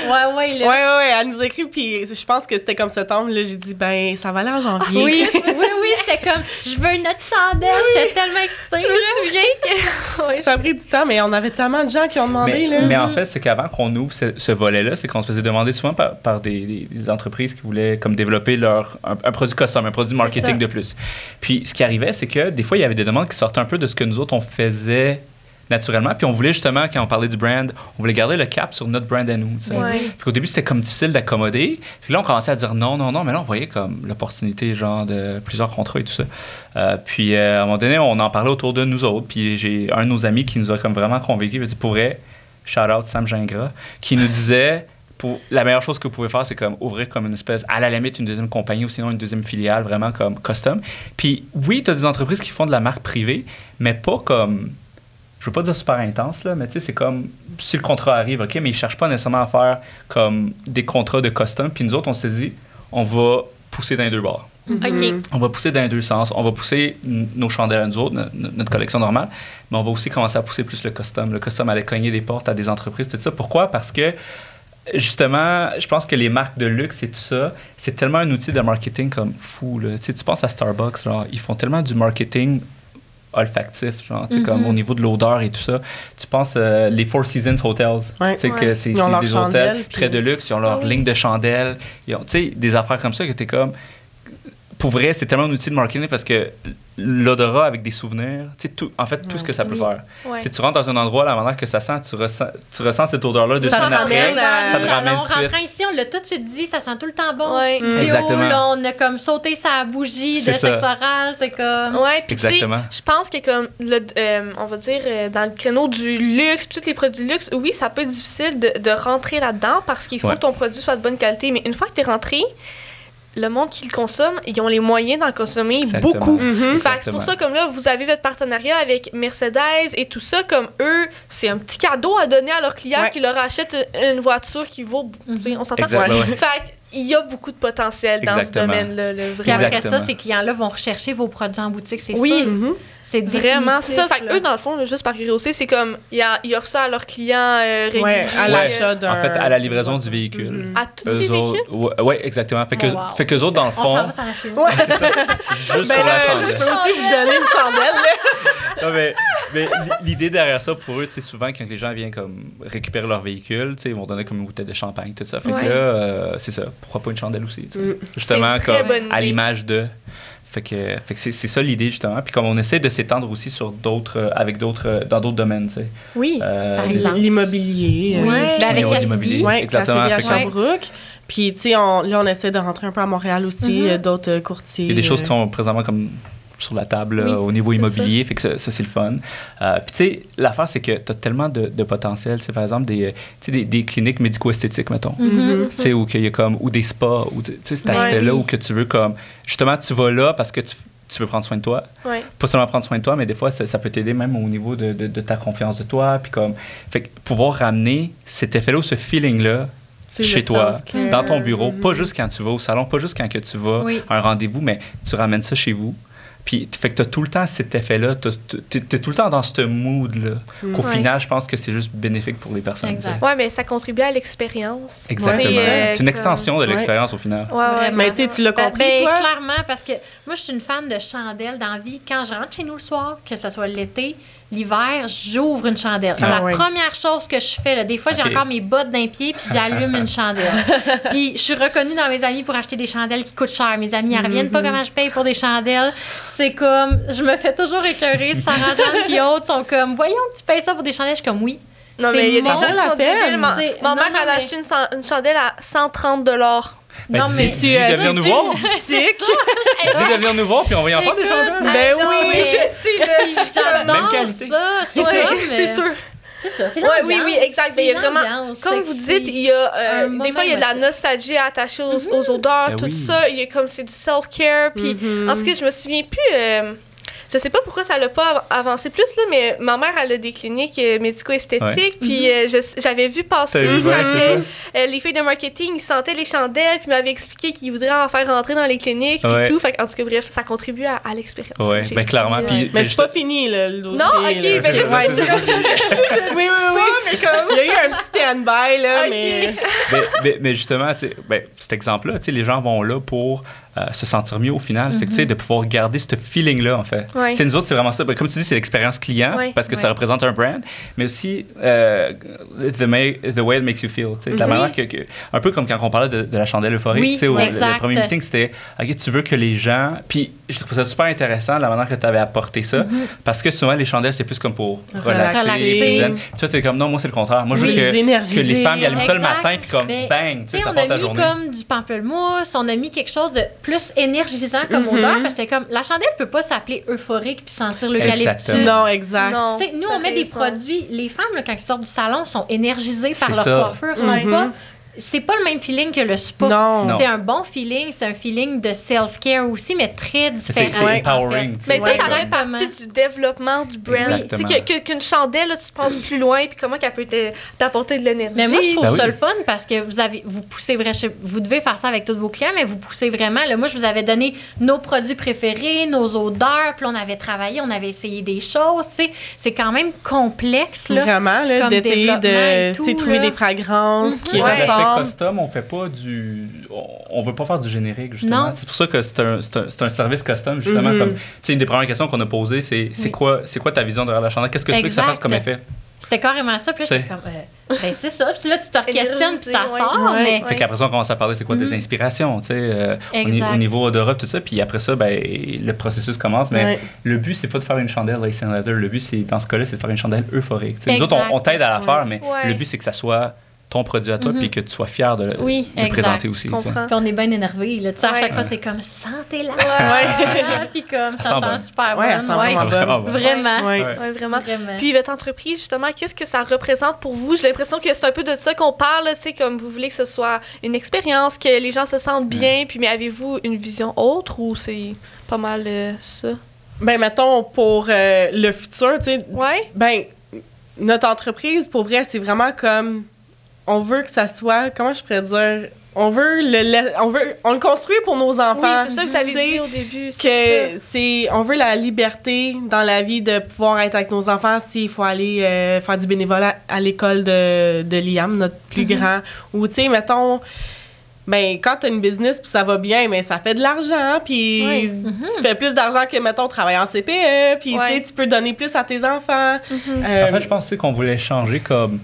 Ouais. Elle nous écrit, puis je pense que c'était comme septembre, là, j'ai dit, ben, ça va aller en janvier. Oui, j'étais comme, je veux notre chandelle. J'étais tellement excitée. Je me souviens que... Ça a pris du temps, mais on avait tellement de gens qui ont demandé. Mais en fait, c'est qu'avant qu'on ouvre ce volet-là, c'est qu'on se faisait demander souvent par des entreprises qui voulaient comme développer un produit custom, un produit marketing de plus. Puis ce qui arrivait, c'est que des fois, il y avait des demandes qui sortaient un peu de ce que nous autres, on faisait naturellement. Puis on voulait justement, quand on parlait du brand, on voulait garder le cap sur notre brand à nous. Au début, c'était comme difficile d'accommoder. Puis là, on commençait à dire non. Mais là, on voyait comme l'opportunité, genre, de plusieurs contrats et tout ça. Puis à un moment donné, on en parlait autour de nous autres. Puis j'ai un de nos amis qui nous a comme vraiment convaincus. Il dit, pour vrai, shout-out Sam Gingras, qui nous disait... la meilleure chose que vous pouvez faire, c'est comme ouvrir comme une espèce, à la limite, une deuxième compagnie ou sinon une deuxième filiale, vraiment comme custom. Puis oui, tu as des entreprises qui font de la marque privée, mais pas comme, je veux pas dire super intense, là, mais tu sais, c'est comme, si le contrat arrive, OK, mais ils cherchent pas nécessairement à faire comme des contrats de custom. Puis nous autres, on s'est dit, on va pousser dans les deux bords. OK. On va pousser dans les deux sens. On va pousser nos chandelles à nous autres, notre collection normale, mais on va aussi commencer à pousser plus le custom. Le custom allait cogner des portes à des entreprises, tout ça. Pourquoi? Parce que justement, je pense que les marques de luxe et tout ça, c'est tellement un outil de marketing comme fou. Là. Tu penses à Starbucks, genre, ils font tellement du marketing olfactif, genre, comme au niveau de l'odeur et tout ça. Tu penses les Four Seasons Hotels, que c'est des hôtels très de luxe, ils ont leur ligne de chandelles, ils ont des affaires comme ça que t'es comme... Pour vrai, c'est tellement un outil de marketing parce que l'odorat avec des souvenirs, tout ce que ça peut faire. Ouais. Tu rentres dans un endroit, la manière que ça sent, tu ressens cette odeur-là 2 semaines après, ça te ramène tout de suite. En rentrant ici, on l'a tout de suite dit, ça sent tout le temps bon. Ouais. Exactement. Là, on a comme sauté sa bougie de sexe oral, c'est comme... Ouais, puis tu sais, je pense que comme, on va dire, dans le créneau du luxe, puis tous les produits luxe, oui, ça peut être difficile de rentrer là-dedans parce qu'il faut que ton produit soit de bonne qualité, mais une fois que tu es rentré, le monde qui le consomme, ils ont les moyens d'en consommer beaucoup. Fait que c'est pour ça, comme là, vous avez votre partenariat avec Mercedes et tout ça, comme eux, c'est un petit cadeau à donner à leurs clients qui leur achètent une voiture qui vaut... On s'entend? Fait qu'il y a beaucoup de potentiel dans ce domaine-là. Puis après ça, ces clients-là vont rechercher vos produits en boutique, c'est sûr. C'est vraiment ça. Fait qu'eux, dans le fond, juste par curiosité, c'est comme, ils offrent ça à leurs clients réguliers. À l'achat d'un... En fait, à la livraison du véhicule. À tous les véhicules? Oui, exactement. Fait qu'eux autres, dans le fond... On s'en va, ça m'a fait. C'est ça. Juste sur la chandelle. Je peux aussi vous donner une chandelle, là. Non, mais l'idée derrière ça, pour eux, souvent, quand les gens viennent comme récupérer leur véhicule, ils vont donner comme une bouteille de champagne, tout ça. Fait que là, c'est ça. Pourquoi pas une chandelle aussi? Justement, comme à l'image de... Fait que c'est ça l'idée, justement. Puis comme on essaie de s'étendre aussi sur d'autres, dans d'autres domaines, tu sais. Oui, par exemple. L'immobilier. Avec Cassidy. Oui, exactement. À Sherbrooke. Puis, tu sais, on essaie de rentrer un peu à Montréal aussi, d'autres courtiers. Il y a des choses qui sont présentement comme sur la table au niveau immobilier, fait que ça c'est le fun. Puis tu sais, l'affaire, c'est que tu as tellement de potentiel. C'est par exemple des cliniques médico-esthétiques, mettons. Tu sais, où il y a comme, ou des spas, ou tu sais, cet aspect-là où que tu veux comme, justement, tu vas là parce que tu veux prendre soin de toi. Pas seulement prendre soin de toi, mais des fois, ça peut t'aider même au niveau de ta confiance de toi. Puis comme, fait que pouvoir ramener cet effet-là ou ce feeling-là chez toi, dans ton bureau, pas juste quand tu vas au salon, pas juste quand que tu vas à un rendez-vous, mais tu ramènes ça chez vous. Puis, fait que tu as tout le temps cet effet-là, tu es tout le temps dans ce mood-là, qu'au final, je pense que c'est juste bénéfique pour les personnes. Oui, mais ça contribue à l'expérience. Exactement. C'est une extension de l'expérience au final. Mais tu l'as compris, toi? Clairement, parce que moi, je suis une fan de chandelles dans la vie. Quand je rentre chez nous le soir, que ce soit l'été, l'hiver, j'ouvre une chandelle. C'est la première chose que je fais. Là. Des fois, j'ai encore mes bottes d'un pied, puis j'allume une chandelle. Puis je suis reconnue dans mes amis pour acheter des chandelles qui coûtent cher. Mes amis, ils reviennent pas comment je paye pour des chandelles. C'est comme, je me fais toujours écœurer. Sarah Jeanne puis autres sont comme, voyons, tu payes ça pour des chandelles. Je suis comme, oui. Non, mais il y a des gens qui sont débiles. Ma mère, elle a acheté une chandelle à 130 $. Ben, non, mais tu de venir nous voir. Dis de venir nous voir, puis on va y en faire des chandelles. Ben oui, je sais. J'adore même qualité. ça. C'est sûr. C'est ça, c'est oui, exact. Mais il y a vraiment, comme vous dites, il y a des fois il y a de la nostalgie attachée aux odeurs, tout ça. Il y a comme c'est du self-care. Puis en ce que je me souviens plus. Je sais pas pourquoi ça l'a pas avancé plus, là, mais ma mère, elle a des cliniques médico-esthétiques, puis j'avais vu passer les filles de marketing, ils sentaient les chandelles, puis m'avaient expliqué qu'ils voudraient en faire rentrer dans les cliniques, puis tout. Fait, en tout cas, bref, ça contribue à l'expérience. Oui, bien clairement. Puis, mais c'est pas fini, là, le dossier. Non, OK, là, ben oui, mais comme... Il y a eu un petit stand-by, là, mais justement, cet exemple-là, les gens vont là pour... se sentir mieux au final. Fait que, tu sais, de pouvoir garder ce feeling-là, en fait. Nous autres, c'est vraiment ça. Comme tu dis, c'est l'expérience client parce que ça représente un brand, mais aussi the way it makes you feel. La manière un peu comme quand on parlait de la chandelle euphorique. Le premier meeting, c'était OK, tu veux que les gens. Puis je trouve ça super intéressant la manière que tu avais apporté ça parce que souvent, les chandelles, c'est plus comme pour relaxer. Puis toi, tu es comme non, moi, c'est le contraire. Moi, je veux que les femmes y allument ça le matin, puis comme bang, ça part ta journée. On a mis comme du pamplemousse, on a mis quelque chose de plus énergisant comme odeur, parce que j'étais comme, la chandelle peut pas s'appeler euphorique puis sentir l'eucalyptus. Non, exact. Non, nous, on met des produits, les femmes, là, quand ils sortent du salon, sont énergisées par leur coiffure, sont pas... C'est pas le même feeling que le spa. Non. C'est un bon feeling, c'est un feeling de self-care aussi, mais très différent. C'est empowering. Mais ça fait partie du développement du brand. Qu'une chandelle, là, tu penses plus loin, puis comment qu'elle peut t'apporter de l'énergie. Mais moi, je trouve ça le fun parce que vous poussez vous devez faire ça avec tous vos clients, mais vous poussez vraiment. Là, moi, je vous avais donné nos produits préférés, nos odeurs, puis on avait travaillé, on avait essayé des choses. C'est quand même complexe. Là, vraiment, là, d'essayer de trouver des fragrances qui ressemblent. Custom, on fait pas on veut pas faire du générique, justement. C'est pour ça que c'est un service custom, justement. Comme, une des premières questions qu'on a posées, c'est quoi ta vision derrière la chandelle? Qu'est-ce que tu veux que ça fasse comme effet? C'était carrément ça. Puis là, j'étais comme, ben c'est ça. Puis là, tu te questionnes, puis ça sort. Mais... Fait qu'après ça, on commence à parler, c'est quoi des inspirations, tu sais, au niveau odorat, tout ça. Puis après ça, ben, le processus commence. Mais le but, c'est pas de faire une chandelle Lace & Leather. Le but, dans ce cas-là, c'est de faire une chandelle euphorique. Nous autres, on t'aide à la faire, mais le but, c'est que ça soit ton produit à toi, puis que tu sois fier de le présenter aussi. Puis on est bien énervé. À chaque fois, c'est comme, sentez-la. Puis comme, ça sent super bon. Vraiment. Vraiment. Puis votre entreprise, justement, qu'est-ce que ça représente pour vous? J'ai l'impression que c'est un peu de ça qu'on parle, comme vous voulez que ce soit une expérience, que les gens se sentent bien, puis mais avez-vous une vision autre ou c'est pas mal ça? Ben, mettons, pour le futur, tu sais, ben, notre entreprise, pour vrai, c'est vraiment comme... On veut que ça soit, comment je pourrais dire, on le construit pour nos enfants. Oui, c'est ça que vous avez dit au début. On veut la liberté dans la vie de pouvoir être avec nos enfants s'il faut aller faire du bénévolat à l'école de Liam, notre plus grand. Ou, tu sais, mettons, ben, quand tu as une business puis ça va bien, mais ça fait de l'argent, puis tu fais plus d'argent que, mettons, travailler en CPE, puis tu peux donner plus à tes enfants. En fait, je pensais qu'on voulait changer comme...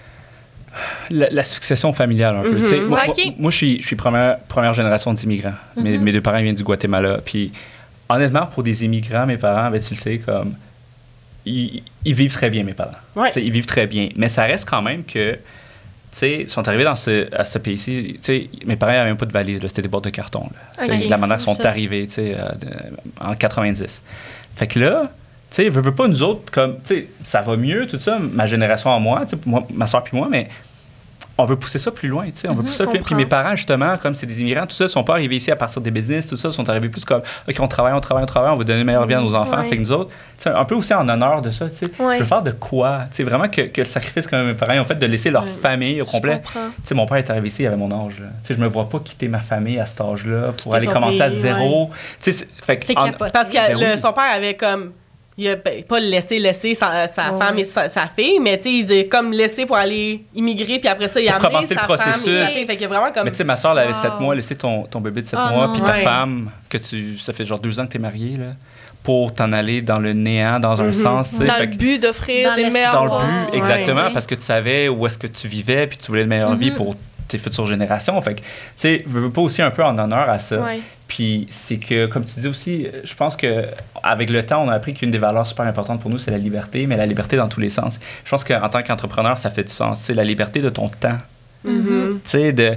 La succession familiale, un peu. Moi, je suis première génération d'immigrants. Mes deux parents viennent du Guatemala. Puis, honnêtement, pour des immigrants, mes parents, ben, tu le sais, comme... Ils vivent très bien, mes parents. Ils vivent très bien. Mais ça reste quand même que... sais, sont arrivés à ce pays-ci. Tu sais, mes parents n'avaient même pas de valise, là, c'était des boîtes de carton. Là. Okay. La manière sont arrivés, tu sais, en 90. Fait que là, tu sais, veux pas nous autres, comme, tu sais, ça va mieux, tout ça, ma génération en moi, tu sais, ma soeur puis moi, mais on veut pousser ça plus loin, tu sais, on veut pousser ça plus loin. Puis mes parents, justement, comme c'est des immigrants, tout ça, sont pas arrivés ici à partir des business, tout ça, sont arrivés plus comme, OK, on travaille, on veut donner une meilleure vie à nos enfants. Fait que nous autres, tu sais, un peu aussi en honneur de ça, tu sais, je veux faire de quoi? Tu sais, vraiment que le sacrifice que mes parents ont fait de laisser leur famille au complet. Tu sais, mon père est arrivé ici, il avait mon âge. Tu sais, je me vois pas quitter ma famille à cet âge-là pour aller commencer à zéro. Tu sais, fait que... C'est capoté. Parce que son père avait comme... Il a pas laissé sa femme et sa fille, mais tu sais, il a comme laissé pour aller immigrer, puis après ça, il a amené sa femme et sa fille. Fait qu'il y a vraiment comme... Mais tu sais, ma soeur, elle avait 7 mois, laissé ton bébé de 7 mois, puis ta femme, ça fait genre 2 ans que t'es mariée, là, pour t'en aller dans le néant, dans un sens. Dans le but d'offrir des meilleures Dans le but, exactement, parce que tu savais où est-ce que tu vivais, puis tu voulais une meilleure vie pour tes futures générations. Fait que, tu sais, je veux pas aussi un peu en honneur à ça. Puis c'est que, comme tu dis aussi, je pense qu'avec le temps, on a appris qu'une des valeurs super importantes pour nous, c'est la liberté, mais la liberté dans tous les sens. Je pense qu'en tant qu'entrepreneur, ça fait du sens. C'est la liberté de ton temps. Tu sais,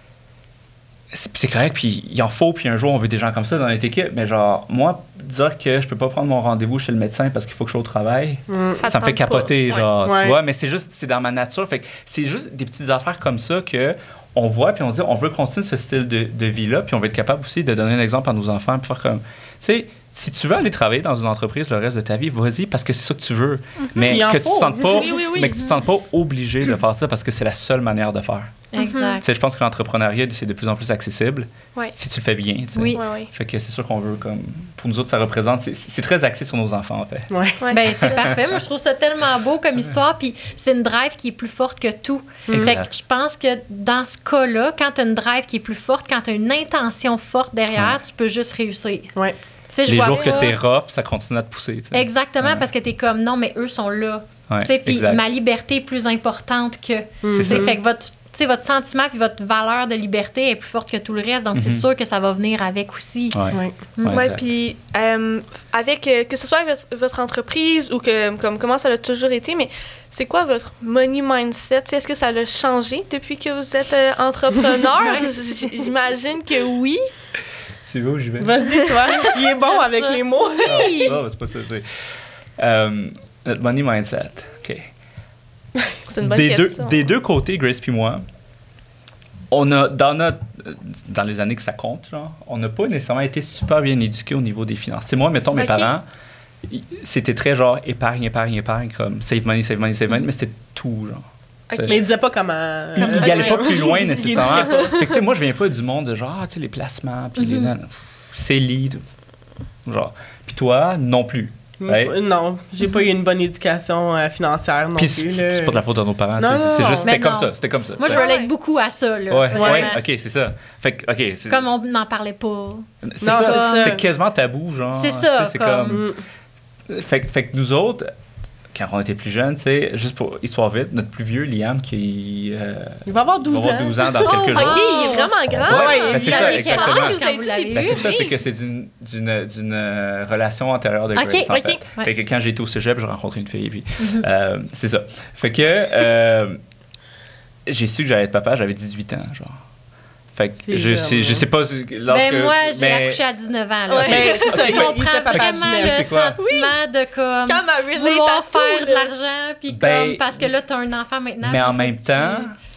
c'est correct, puis il en faut, puis un jour, on veut des gens comme ça dans notre équipe, mais genre, moi, dire que je peux pas prendre mon rendez-vous chez le médecin parce qu'il faut que je sois au travail, ça me fait capoter, genre, tu vois, mais c'est dans ma nature. Fait que c'est juste des petites affaires comme ça que on voit, puis on se dit, on veut continuer ce style de vie-là, puis on va être capable aussi de donner un exemple à nos enfants, puis faire comme, tu sais, si tu veux aller travailler dans une entreprise le reste de ta vie, vas-y, parce que c'est ça que tu veux. Mais que tu ne te sentes pas obligé de faire ça parce que c'est la seule manière de faire. Exact. Je pense que l'entrepreneuriat, c'est de plus en plus accessible si tu le fais bien. Fait que c'est sûr qu'on veut, comme, pour nous autres, ça représente, c'est très axé sur nos enfants, en fait. Ben, c'est parfait. Moi, je trouve ça tellement beau comme histoire, puis c'est une drive qui est plus forte que tout. Fait que je pense que dans ce cas-là, quand tu as une drive qui est plus forte, quand tu as une intention forte derrière, tu peux juste réussir. Les jours que c'est rough, ça continue à te pousser. T'sais. Exactement, parce que t'es comme, non, mais eux sont là. Puis ma liberté est plus importante que... C'est ça. Fait que votre sentiment puis votre valeur de liberté est plus forte que tout le reste. Donc, c'est sûr que ça va venir avec aussi. Puis avec, que ce soit votre entreprise ou que comment ça a toujours été, mais c'est quoi votre money mindset? Est-ce que ça a changé depuis que vous êtes entrepreneur? J'imagine que oui. Tu veux où je vais? Vas-y, toi. Il est bon avec les mots. Non, c'est pas ça. Notre money mindset. OK. C'est une bonne question. Des deux côtés, Grace puis moi, on a, dans les années que ça compte, genre, on n'a pas nécessairement été super bien éduqués au niveau des finances. C'est moi, mettons, mes parents, c'était très genre épargne, comme save money, mais c'était tout, genre. Mais il disait pas comment... Il n'allait pas plus loin, nécessairement. Fait que, moi, je viens pas du monde de genre, tu sais, les placements, puis les... CELI, genre. Puis toi, non plus. Non, j'ai pas eu une bonne éducation financière non plus. C'est pas de la faute de nos parents. C'est juste, c'était comme ça. Moi, je relate beaucoup à ça. Là. Ouais, OK, c'est ça. Fait que, OK, comme on n'en parlait pas. C'est ça. C'était quasiment tabou, genre. C'est ça. C'est comme... Fait que nous autres... Quand on était plus jeunes, tu sais, juste pour histoire vite, notre plus vieux, Liam, qui... il va avoir 12 ans. Dans quelques jours. OK, il est vraiment grand. c'est ça, exactement. C'est ça, c'est que c'est d'une relation antérieure de Grace, en fait. Fait que quand j'étais au cégep, j'ai rencontré une fille, puis c'est ça. Fait que j'ai su que j'allais être papa, j'avais 18 ans, genre. Fait que je sais pas moi, j'ai accouché à 19 ans. Là. C'est ça, je comprends vraiment le sentiment de comme vouloir faire de l'argent, puis comme, parce que là, tu as un enfant maintenant. Mais en même temps,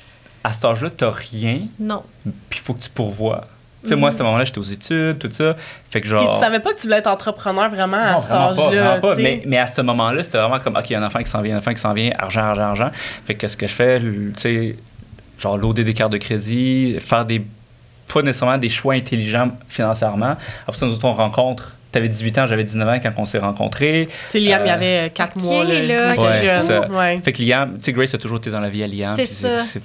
à cet âge-là, tu n'as rien. Non. Puis il faut que tu pourvoies. Tu sais, moi, à ce moment-là, j'étais aux études, tout ça. Fait que genre... Puis tu savais pas que tu voulais être entrepreneur vraiment à cet âge-là. Pas. Mais à ce moment-là, c'était vraiment comme, OK, il y a un enfant qui s'en vient, argent. Fait que ce que je fais, tu sais... genre loader des cartes de crédit, faire pas nécessairement des choix intelligents financièrement. Après ça, nous autres, on rencontre. T'avais 18 ans, j'avais 19 ans quand on s'est rencontrés. Tu sais, Liam, il y avait 4 mois. Là, c'est ça. Fait que Liam, tu sais, Grace a toujours été dans la vie à Liam. C'est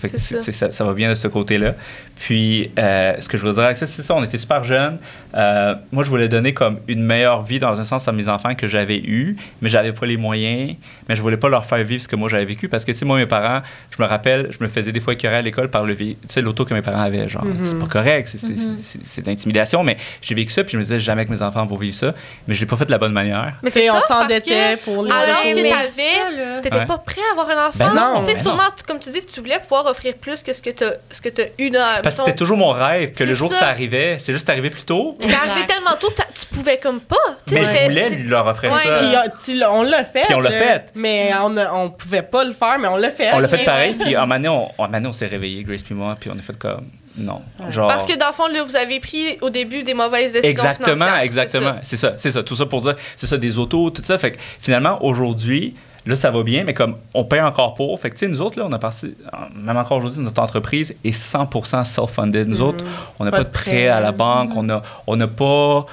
ça. Ça va bien de ce côté-là. Puis, ce que je veux dire avec ça, c'est ça, on était super jeunes. Moi, je voulais donner comme une meilleure vie dans un sens à mes enfants que j'avais eu, mais j'avais pas les moyens. Mais je voulais pas leur faire vivre ce que moi j'avais vécu parce que, tu sais, moi, mes parents, je me rappelle, je me faisais des fois écœurer à l'école par l'auto que mes parents avaient. Genre, c'est pas correct, c'est de l'intimidation, mais j'ai vécu ça, puis je me disais jamais que mes enfants vont vivre ça, mais je l'ai pas fait de la bonne manière. Mais c'est on tough s'endettait pour les alors autos. que t'étais pas prêt à avoir un enfant. Ben non, tu sais, ben sûrement, comme tu dis, tu voulais pouvoir offrir plus que ce que t'as eu dans... Parce que c'était toujours mon rêve que le jour que ça ça arrivait, c'est juste arrivé plus tôt. C'est arrivé tellement tôt que tu pouvais comme pas. Mais je voulais leur offrir ça. Puis on l'a fait. Puis on l'a fait. Mais on pouvait pas le faire, mais on l'a fait. On l'a fait pareil, puis à un moment donné, on s'est réveillés, Grace puis moi, puis on a fait comme... Non. Genre... Parce que dans le fond, là, vous avez pris au début des mauvaises décisions financières. Exactement. C'est ça. Tout ça pour dire, c'est ça, des autos, tout ça. Fait que finalement, aujourd'hui, là, ça va bien, mais comme on paye encore pour. Fait que, tu sais, nous autres, là, on a passé, même encore aujourd'hui, notre entreprise est 100% self-funded. Nous autres, on n'a pas de prêt à la banque, on n'a pas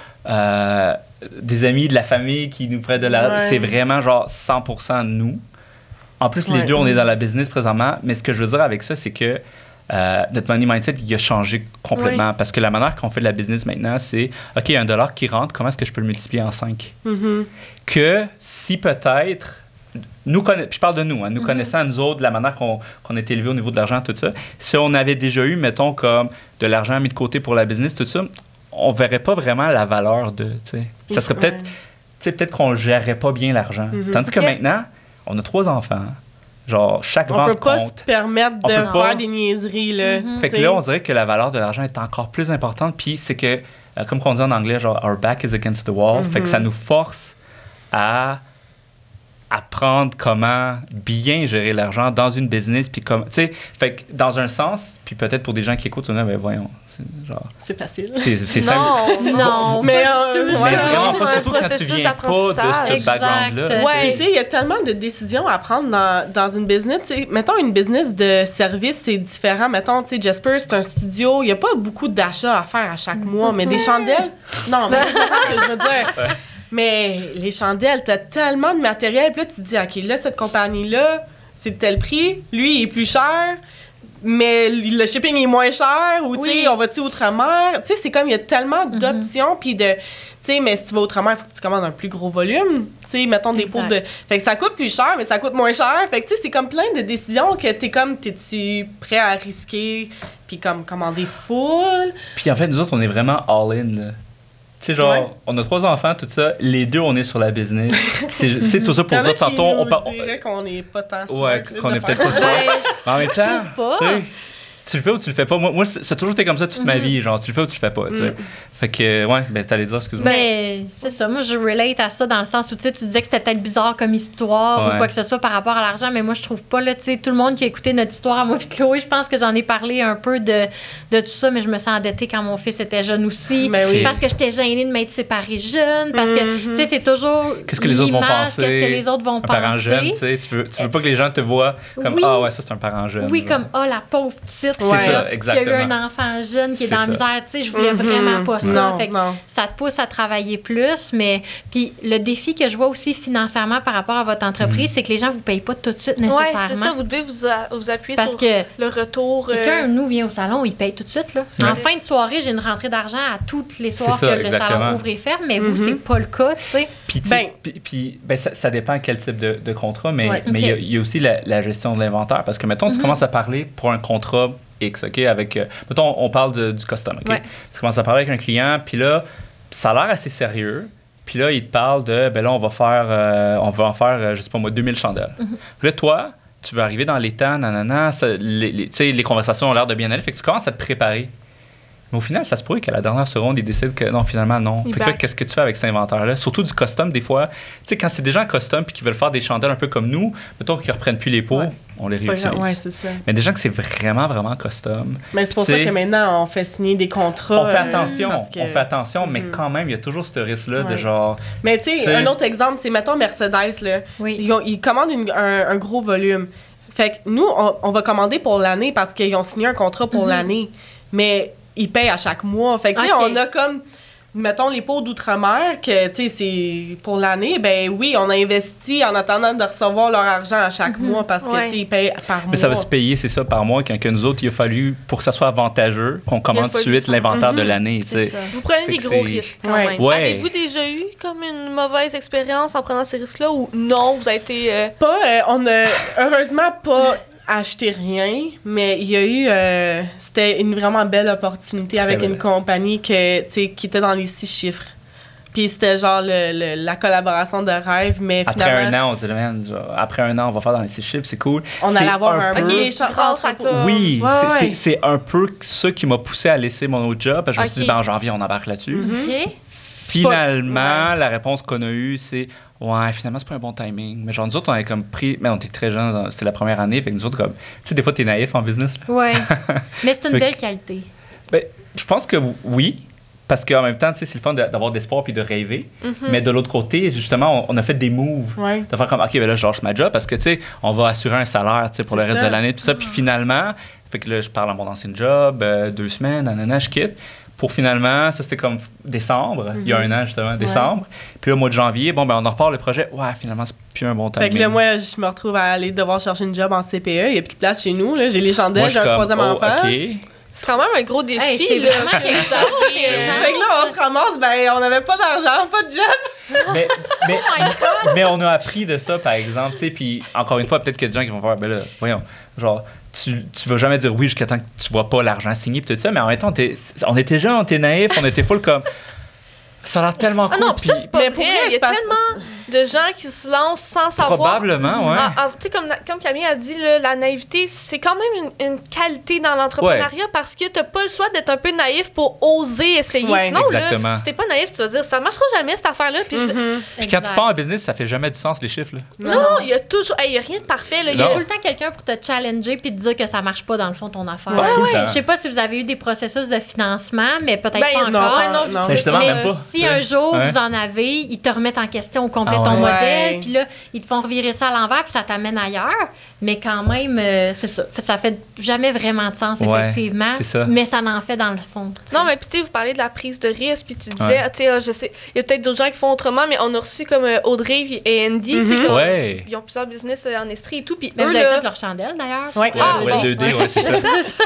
des amis de la famille qui nous prêtent de l'argent. C'est vraiment genre 100% nous. En plus, les deux, on est dans la business présentement. Mais ce que je veux dire avec ça, c'est que notre money mindset, il a changé complètement. Parce que la manière qu'on fait de la business maintenant, c'est OK, il y a $1 qui rentre, comment est-ce que je peux le multiplier en 5? Que si peut-être, puis je parle de nous, nous connaissant nous autres, de la manière qu'on est élevé au niveau de l'argent, tout ça, si on avait déjà eu, mettons, comme de l'argent mis de côté pour la business, tout ça, on verrait pas vraiment la valeur de, tu sais. Ça serait peut-être qu'on ne gérerait pas bien l'argent. Tandis que maintenant, on a 3 enfants. Genre, chaque vente compte. On peut pas se permettre de faire des niaiseries, là. Fait que là, on dirait que la valeur de l'argent est encore plus importante. Puis c'est que, comme on dit en anglais, genre, our back is against the wall. Fait que ça nous force à apprendre comment bien gérer l'argent dans une business. Puis comme, tu sais, fait que dans un sens, puis peut-être pour des gens qui écoutent, on dit, ben voyons. C'est facile. C'est simple. Non, mais vraiment pas, surtout quand tu viens pas de ce background-là. Puis tu sais, il y a tellement de décisions à prendre dans une business. T'sais, mettons, une business de service, c'est différent. Mettons, tu sais, Jasper, c'est un studio. Il n'y a pas beaucoup d'achats à faire à chaque mois, mais des chandelles... Non, mais c'est pas ce que je veux dire. Mais les chandelles, t'as tellement de matériel. Puis là, tu te dis, OK, là, cette compagnie-là, c'est de tel prix. Lui, il est plus cher. Mais le shipping est moins cher, ou tu sais, on va-tu outre-mer? Tu sais, c'est comme, il y a tellement d'options, puis de... Tu sais, mais si tu vas outre-mer, il faut que tu commandes un plus gros volume. Tu sais, mettons des pots de... Fait que ça coûte plus cher, mais ça coûte moins cher. Fait que tu sais, c'est comme plein de décisions que t'es-tu prêt à risquer, puis comme commander full? Puis en fait, nous autres, on est vraiment all-in, là. Tu sais, genre, on a 3 enfants, tout ça. Les deux, on est sur la business. Tu sais, tout ça pour dire tantôt... On dirait qu'on n'est pas tant smart. Ouais, qu'on est peut-être pas smart. Mais en même temps, tu le fais ou tu le fais pas. Moi, ça a toujours été comme ça toute ma vie. Genre, tu le fais ou tu le fais pas, tu sais. Fait que, ouais, ben, t'allais dire, excuse-moi. Ben, c'est ça. Moi, je relate à ça dans le sens où, tu sais, tu disais que c'était peut-être bizarre comme histoire ou quoi que ce soit par rapport à l'argent, mais moi, je trouve pas, là, tu sais, tout le monde qui a écouté notre histoire à moi et Chloé, je pense que j'en ai parlé un peu de tout ça, mais je me sens endettée quand mon fils était jeune aussi. Parce que j'étais gênée de m'être séparée jeune, parce que, tu sais, c'est toujours qu'est-ce que les autres vont penser? Qu'est-ce que les autres vont penser? Un parent jeune, tu sais, tu veux pas que les gens te voient comme, ah ouais, ça, c'est un parent jeune. Oui, comme, la pauvre petite, c'est ça, exactement. qui a eu un enfant jeune qui est dans la misère, tu sais, je voulais vraiment pas ça. Fait que ça te pousse à travailler plus, mais puis le défi que je vois aussi financièrement par rapport à votre entreprise, c'est que les gens vous payent pas tout de suite nécessairement. Oui, c'est ça, vous devez vous appuyer parce sur que le retour. Quelqu'un, nous, vient au salon, il paye tout de suite. Là. En fin de soirée, j'ai une rentrée d'argent à toutes les soirs que le salon ouvre et ferme, mais vous, c'est pas le cas, tu sais. Puis ça dépend quel type de contrat, mais il y a aussi la gestion de l'inventaire, parce que, mettons, tu commences à parler pour un contrat X, OK, avec... mettons, on parle du custom, OK? Tu commences à parler avec un client, puis là, ça a l'air assez sérieux. Puis là, il te parle de, ben là, on va en faire, je sais pas moi, 2000 chandelles. Puis là, toi, tu veux arriver dans les temps, nanana, tu sais, les conversations ont l'air de bien aller, fait que tu commences à te préparer. Mais au final, ça se pourrait qu'à la dernière seconde, ils décident que non, finalement, non. Fait que là, qu'est-ce que tu fais avec cet inventaire-là? Surtout du custom, des fois. Tu sais, quand c'est des gens custom puis qui veulent faire des chandelles un peu comme nous, mettons qu'ils ne reprennent plus les pots, on les réutilise. Ouais, c'est ça. Mais des gens que c'est vraiment, vraiment custom. Mais c'est pour ça que maintenant, on fait signer des contrats. On fait attention, mais quand même, il y a toujours ce risque-là de genre... Mais tu sais, un autre exemple, c'est, mettons, Mercedes, là. Ils commandent un gros volume. Fait que nous, on va commander pour l'année parce qu'ils ont signé un contrat pour l'année. Mais ils payent à chaque mois. Fait que, tu sais, on a comme, mettons, les pots d'outre-mer, que, tu sais, c'est pour l'année. Ben oui, on a investi en attendant de recevoir leur argent à chaque mois parce que, tu sais, ils payent par mois. Mais ça va se payer, c'est ça, par mois, quand que nous autres, il a fallu, pour que ça soit avantageux, qu'on commande tout de suite l'inventaire de l'année, tu sais. Vous prenez des gros risques, quand même. Avez-vous déjà eu, comme, une mauvaise expérience en prenant ces risques-là, ou non, vous avez été... on a, heureusement, pas... acheter rien, mais il y a eu... c'était une vraiment belle opportunité avec une compagnie qui était dans les 6 chiffres. Puis c'était genre la collaboration de rêve, mais finalement... Après un an, on disait, man, genre, après un an, on va faire dans les 6 chiffres, c'est cool. On allait avoir un premier grâce à toi. Oui, c'est un peu ça qui m'a poussé à laisser mon autre job. Parce que je me suis dit, en janvier, on embarque là-dessus. OK. Finalement, la réponse qu'on a eue, c'est ouais, finalement, c'est pas un bon timing. Mais genre, nous autres, on avait comme pris. Mais on était très jeunes, c'était la première année. Fait que nous autres, comme. Tu sais, des fois, t'es naïf en business. Là. Ouais. Mais c'est une belle qualité. Ben, je pense que oui. Parce qu'en même temps, tu sais, c'est le fun d'avoir d'espoir puis de rêver. Mais de l'autre côté, justement, on a fait des moves. De faire comme, OK, ben là, je lâche ma job parce que, tu sais, on va assurer un salaire, tu sais, pour le reste de l'année. Tout ça. Puis finalement, fait que là, je parle à mon ancien job, 2 semaines, nanana, je quitte. Pour finalement, ça c'était comme décembre, il y a un an justement, décembre. Puis là, au mois de janvier, bon, ben on en repart le projet. Ouais, finalement, c'est plus un bon timing. Fait que là, moi, je me retrouve à aller devoir chercher une job en CPE. Il n'y a plus de place chez nous. Là. J'ai les chandelles, j'ai un 3e enfant. Okay. C'est quand même un gros défi. C'est là. vraiment quelque chose. Fait que là, on se ramasse, ben, on n'avait pas d'argent, pas de job. Mais on a appris de ça, par exemple. Puis encore une fois, peut-être qu'il y a des gens qui vont faire, ben là, voyons, genre, tu vas jamais dire oui jusqu'à temps que tu vois pas l'argent signé pis tout ça, mais en même temps, on était jeunes, on était naïfs, on était full comme... Ça a l'air tellement cool. Ah non, pis ça, c'est pas vrai. Il y a tellement de gens qui se lancent sans savoir. Probablement, ouais. Tu sais, comme Camille a dit, là, la naïveté, c'est quand même une qualité dans l'entrepreneuriat parce que t'as pas le choix d'être un peu naïf pour oser essayer. Sinon, là, si t'es pas naïf, tu vas dire, ça marchera jamais, cette affaire-là. Puis quand tu pars en business, ça fait jamais du sens, les chiffres. Là. Non, il y a toujours... Il y a rien de parfait. Là. Il y a tout le temps quelqu'un pour te challenger puis te dire que ça marche pas, dans le fond, ton affaire. Ouais. Je sais pas si vous avez eu des processus de financement, mais peut-être pas encore. Non, mais justement, même pas. Si un jour, vous en avez, ils te remettent en question au complet ton modèle, puis là, ils te font revirer ça à l'envers, puis ça t'amène ailleurs. Mais quand même, c'est ça. Ça fait jamais vraiment de sens, effectivement. C'est ça. Mais ça en fait dans le fond. T'sais. Non, mais puis tu sais, vous parlez de la prise de risque, puis tu disais, tu sais, je sais, il y a peut-être d'autres gens qui font autrement, mais on a reçu comme Audrey et Andy, tu sais, ils ont plusieurs business en Estrie et tout, puis eux, vous avez fait leur chandelle, d'ailleurs. Oui, 2D, ouais, c'est ça.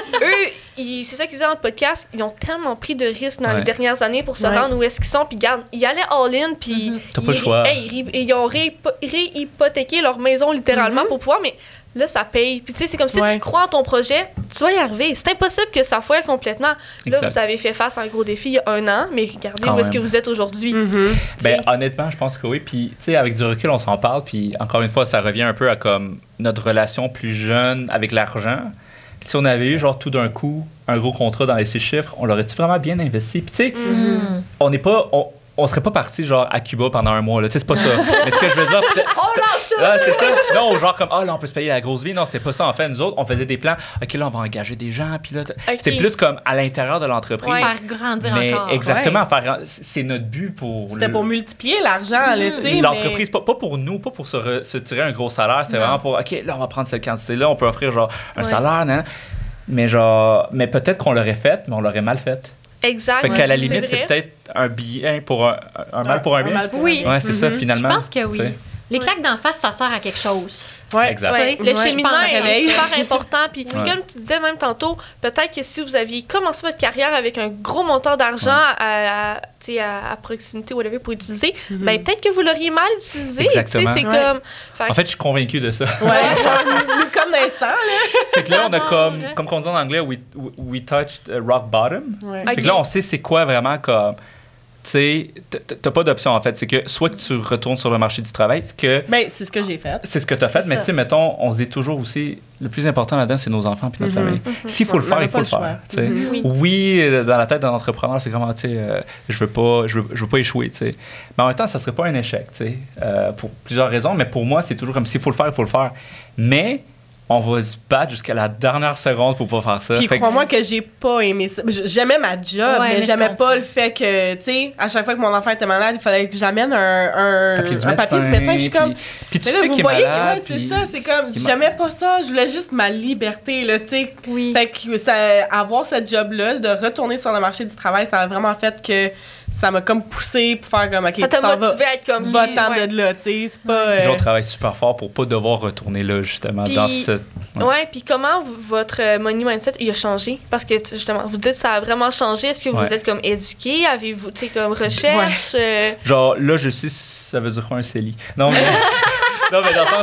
Eux, c'est ça qu'ils disaient dans le podcast, ils ont tellement pris de risques dans les dernières années pour se rendre où est-ce qu'ils sont, puis regarde, ils allaient all-in, puis t'as pas le choix. Ils ont réhypothéqué leur maison littéralement pour pouvoir, mais là, ça paye. Puis tu sais, c'est comme si tu crois en ton projet, tu vas y arriver. C'est impossible que ça foire complètement. Là, vous avez fait face à un gros défi il y a 1 an, mais regardez où est-ce que vous êtes aujourd'hui. Ben, honnêtement, je pense que oui. Puis, tu sais, avec du recul, on s'en parle. Puis, encore une fois, ça revient un peu à comme notre relation plus jeune avec l'argent. Si on avait eu, genre, tout d'un coup, un gros contrat dans les 6 chiffres, on l'aurait-tu vraiment bien investi? Puis, tu sais, on n'est pas... On serait pas parti genre à Cuba pendant 1 mois là, tu sais, c'est pas ça. Mais ce que je veux dire, c'est ça. Non, genre comme là on peut se payer la grosse vie. Non, c'était pas ça en fait. Nous autres, on faisait des plans. OK, là on va engager des gens puis là c'était plus comme à l'intérieur de l'entreprise. Faire grandir encore. Exactement, c'est notre but pour C'était pour multiplier l'argent là, tu sais. L'entreprise pas pour nous, pas pour se tirer un gros salaire, c'était vraiment pour OK, là on va prendre cette quantité là, on peut offrir genre un salaire mais peut-être qu'on l'aurait fait, mais on l'aurait mal fait. Exact. Fait qu'à la limite, c'est peut-être un bien pour un mal pour un bien. Oui. Ouais, c'est ça, finalement. Je pense que oui. Les claques d'en face, ça sert à quelque chose. Ouais, exact. Ouais. Le cheminement est super important. Puis, comme tu disais même tantôt, peut-être que si vous aviez commencé votre carrière avec un gros montant d'argent à proximité, whatever, pour utiliser, ben peut-être que vous l'auriez mal utilisé. Exactement. C'est comme... En fait, je suis convaincu de ça. Nous connaissant, là. Fait que là, on a comme on dit en anglais, we touched rock bottom. Fait que là, on sait c'est quoi vraiment comme... Tu sais, t'as pas d'option en fait. C'est que soit que tu retournes sur le marché du travail, ben, c'est ce que j'ai fait. C'est ce que t'as fait, mais tu sais, mettons, on se dit toujours aussi, le plus important là-dedans, c'est nos enfants puis notre famille. S'il faut le faire, il faut le faire. Oui, dans la tête d'un entrepreneur, c'est comment, tu sais, je veux pas échouer, tu sais. Mais en même temps, ça serait pas un échec, tu sais, pour plusieurs raisons. Mais pour moi, c'est toujours comme s'il faut le faire, il faut le faire. Mais on va se battre jusqu'à la dernière seconde pour pas faire ça. Puis crois-moi que j'ai pas aimé ça. J'aimais ma job, mais j'aimais pas le fait que, tu sais, à chaque fois que mon enfant était malade, il fallait que j'amène un papier du médecin. Je suis comme... Puis tu sais qu'il est malade. C'est ça, c'est comme... J'aimais pas ça. Je voulais juste ma liberté, là, tu sais. Oui. Fait que avoir ce job-là, de retourner sur le marché du travail, ça a vraiment fait que ça m'a comme poussé pour faire comme, OK, ça t'a motivé à être comme... Va-t'en de là, tu sais. C'est pas... Puis on travaille super fort pour pas devoir retourner là, justement, dans ce... Ouais, puis comment votre money mindset il a changé? Parce que justement, vous dites que ça a vraiment changé. Est-ce que vous êtes comme éduqué? Avez-vous, tu sais, comme recherche? Genre, là, je sais si ça veut dire quoi un CELI. Non, mais... Non, mais dans le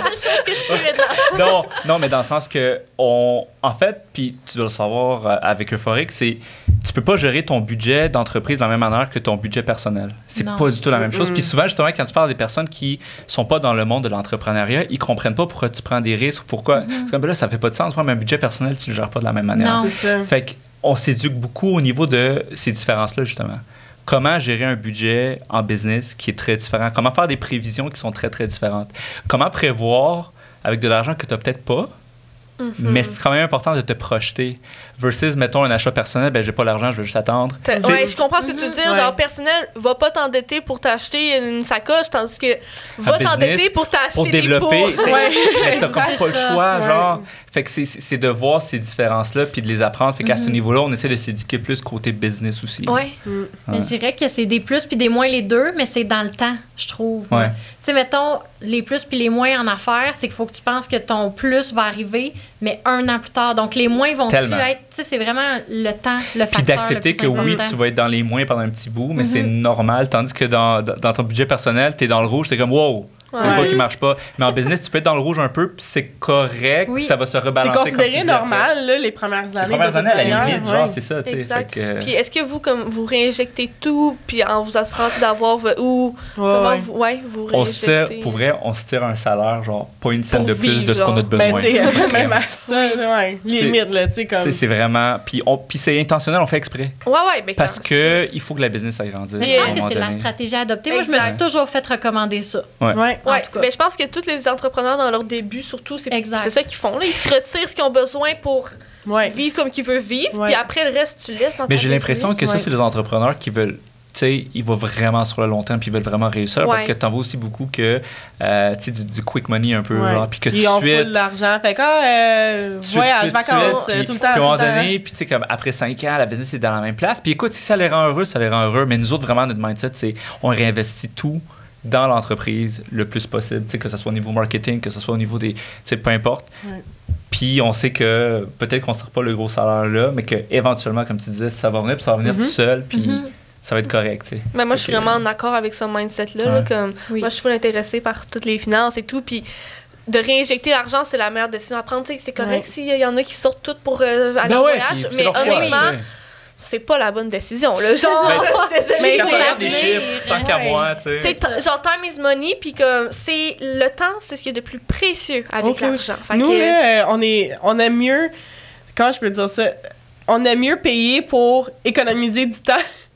sens... non, mais dans le sens que, en fait, puis tu dois le savoir avec Euphoric, c'est tu peux pas gérer ton budget d'entreprise de la même manière que ton budget personnel. C'est pas du tout la même chose. Puis souvent, justement, quand tu parles des personnes qui sont pas dans le monde de l'entrepreneuriat, ils comprennent pas pourquoi tu prends des risques, pourquoi... C'est comme là, ça fait pas de sens. Moi, un budget personnel, tu le gères pas de la même manière. Non. C'est ça. Fait qu'on s'éduque beaucoup au niveau de ces différences-là, justement. Comment gérer un budget en business qui est très différent? Comment faire des prévisions qui sont très, très différentes? Comment prévoir avec de l'argent que tu n'as peut-être pas, mais c'est quand même important de te projeter. Versus, mettons, un achat personnel, ben j'ai pas l'argent, je vais juste attendre. Ouais, je comprends ce que tu veux dire. Genre, personnel, va pas t'endetter pour t'acheter une sacoche, tandis que va t'endetter pour t'acheter pour développer, des pots. Mais t'as comme pas le choix, genre. Fait que c'est de voir ces différences-là puis de les apprendre. Fait qu'à ce niveau-là, on essaie de s'éduquer plus côté business aussi. Ouais. Mais je dirais que c'est des plus puis des moins les deux, mais c'est dans le temps, je trouve. Ouais. Tu sais, mettons, les plus puis les moins en affaires, c'est qu'il faut que tu penses que ton plus va arriver, mais 1 an plus tard. Donc, les moins vont-tu être... Tu sais, c'est vraiment le temps, le facteur. Puis d'accepter le plus que oui, important. tu vas être dans les moins pendant un petit bout, mais c'est normal. Tandis que dans ton budget personnel, t'es dans le rouge, t'es comme wow, pas qui marche pas. Mais en business, tu peux être dans le rouge un peu, puis c'est correct, puis ça va se rebalancer. C'est considéré normal, là, les premières années. Les premières années, à la limite, genre, c'est ça, tu sais. Exact. Puis est-ce que vous, comme, vous réinjectez tout, puis en vous assurant d'avoir où, comment vous réinjectez? On se tire, pour vrai, on se tire un salaire, genre, pas une scène de plus de ce qu'on a de besoin. Ben, tu sais, même à ça, limite, là, tu sais, comme... C'est vraiment... Puis c'est intentionnel, on fait exprès. Ouais, ben parce que il faut que la business agrandisse. Mais je pense que c'est la stratégie à adopter. Moi, je me suis toujours fait recommander ça. Ouais, mais je pense que tous les entrepreneurs, dans leur début, surtout, c'est ça qu'ils font. Là. Ils se retirent ce qu'ils ont besoin pour vivre comme qu'ils veulent vivre, puis après, le reste, tu laisses dans Mais j'ai l'impression que ça, c'est les entrepreneurs qui veulent... Tu sais, ils vont vraiment sur le long terme puis ils veulent vraiment réussir parce que t'en vois aussi beaucoup que, tu sais, du quick money un peu, genre, puis que ils ont full d'argent, fait que, voyage, vacances, tout le temps, puis à un moment donné, puis tu sais, comme après 5 ans, la business est dans la même place. Puis écoute, si ça les rend heureux, ça les rend heureux. Mais nous autres, vraiment, notre mindset, c'est on réinvestit tout dans l'entreprise le plus possible, tu sais, que ce soit au niveau marketing, que ce soit au niveau des... Tu sais, peu importe. Puis on sait que peut-être qu'on ne sera pas le gros salaire là, mais qu'éventuellement, comme tu disais, ça va venir, puis ça va venir tout seul, puis ça va être correct, tu sais. Mais moi, je suis vraiment en accord avec ce mindset-là. Là, comme, moi, je suis full intéressée par toutes les finances et tout, puis de réinjecter l'argent, c'est la meilleure décision à prendre. Tu sais, c'est correct s'il y en a qui sortent toutes pour aller en voyage, mais honnêtement... c'est pas la bonne décision, là. Genre, je suis désolée. Mais quand tu regardes des chiffres, tant qu'à moi, tu sais. Genre, time is money, puis comme, c'est le temps, c'est ce qui est de plus précieux avec l'argent. Nous, là, on aime mieux, comment je peux dire ça, on aime mieux payer pour économiser du temps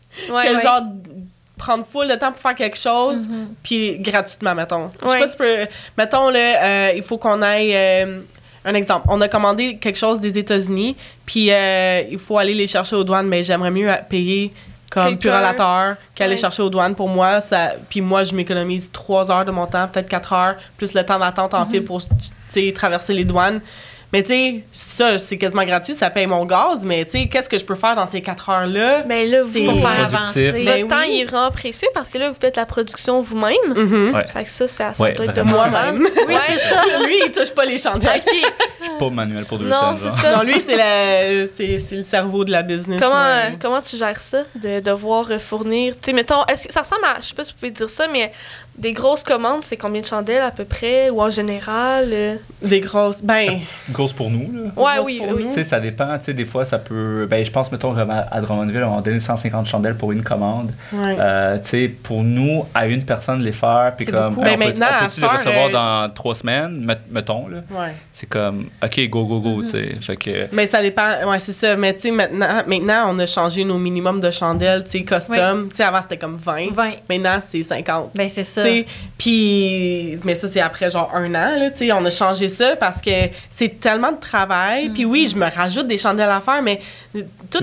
que genre prendre full de temps pour faire quelque chose, puis gratuitement, mettons. Je sais pas si tu peux... Mettons, là, il faut qu'on aille... un exemple, on a commandé quelque chose des États-Unis, puis il faut aller les chercher aux douanes, mais j'aimerais mieux payer comme purolateur qu'aller chercher aux douanes. Pour moi, puis moi, je m'économise 3 heures de mon temps, peut-être 4 heures, plus le temps d'attente en file pour traverser les douanes. Mais tu sais, ça, c'est quasiment gratuit, ça paye mon gaz, mais tu sais, qu'est-ce que je peux faire dans ces 4 heures-là? Mais là, vous pour faire avancer. Votre temps, il est vraiment précieux parce que là, vous faites la production vous-même. Fait que ça doit être de moi-même. Oui, c'est ça. Lui, il touche pas les chandelles. Je suis pas manuel pour 2 cents. Non, c'est ça. Non, lui, c'est le cerveau de la business. Comment tu gères ça, de devoir fournir... Tu sais, mettons, est-ce que ça ressemble à... Je sais pas si vous pouvez dire ça, mais des grosses commandes, c'est combien de chandelles à peu près? Ou en général? Des grosses... Grosse pour nous, là. Ouais, oui. Tu sais, ça dépend. Tu sais, des fois, ça peut... Ben, je pense, mettons, à Drummondville, on a donné 150 chandelles pour une commande. Tu sais, pour nous, à une personne, les faire, puis comme... Hey, on peut-tu les recevoir dans 3 semaines, mettons, là? C'est comme, OK, go, tu sais. Fait que... Mais ça dépend... Ouais, c'est ça. Mais tu sais, maintenant, on a changé nos minimums de chandelles, tu sais, custom. Tu sais, avant, c'était comme 20. Maintenant, c'est 50. Ben, c'est ça. Puis... Mais ça, c'est après, genre, 1 an, là, tu sais. On a changé ça parce que c'est tellement de travail. Puis oui, je me rajoute des chandelles à faire, mais tout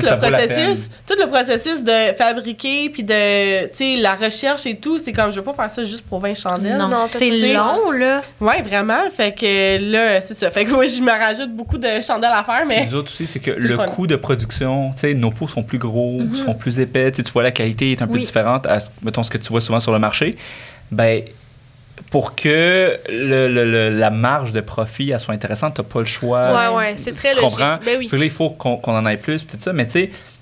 le processus de fabriquer puis de, tu sais, la recherche et tout, c'est comme, je veux pas faire ça juste pour 20 chandelles. Non, c'est long, là. Ouais, vraiment. Fait que là, c'est ça. Fait que oui, je me rajoute beaucoup de chandelles à faire, mais... Les autres aussi, c'est que le coût de production, tu sais, nos pots sont plus gros, sont plus épais. Tu vois, la qualité est un peu différente à, mettons, ce que tu vois souvent sur le marché. Ben, pour que la marge de profit elle soit intéressante, t'as pas le choix. Ouais, c'est très logique. Comprends? Ben oui. Là, il faut qu'on en ait plus, tout ça. Mais tu sais,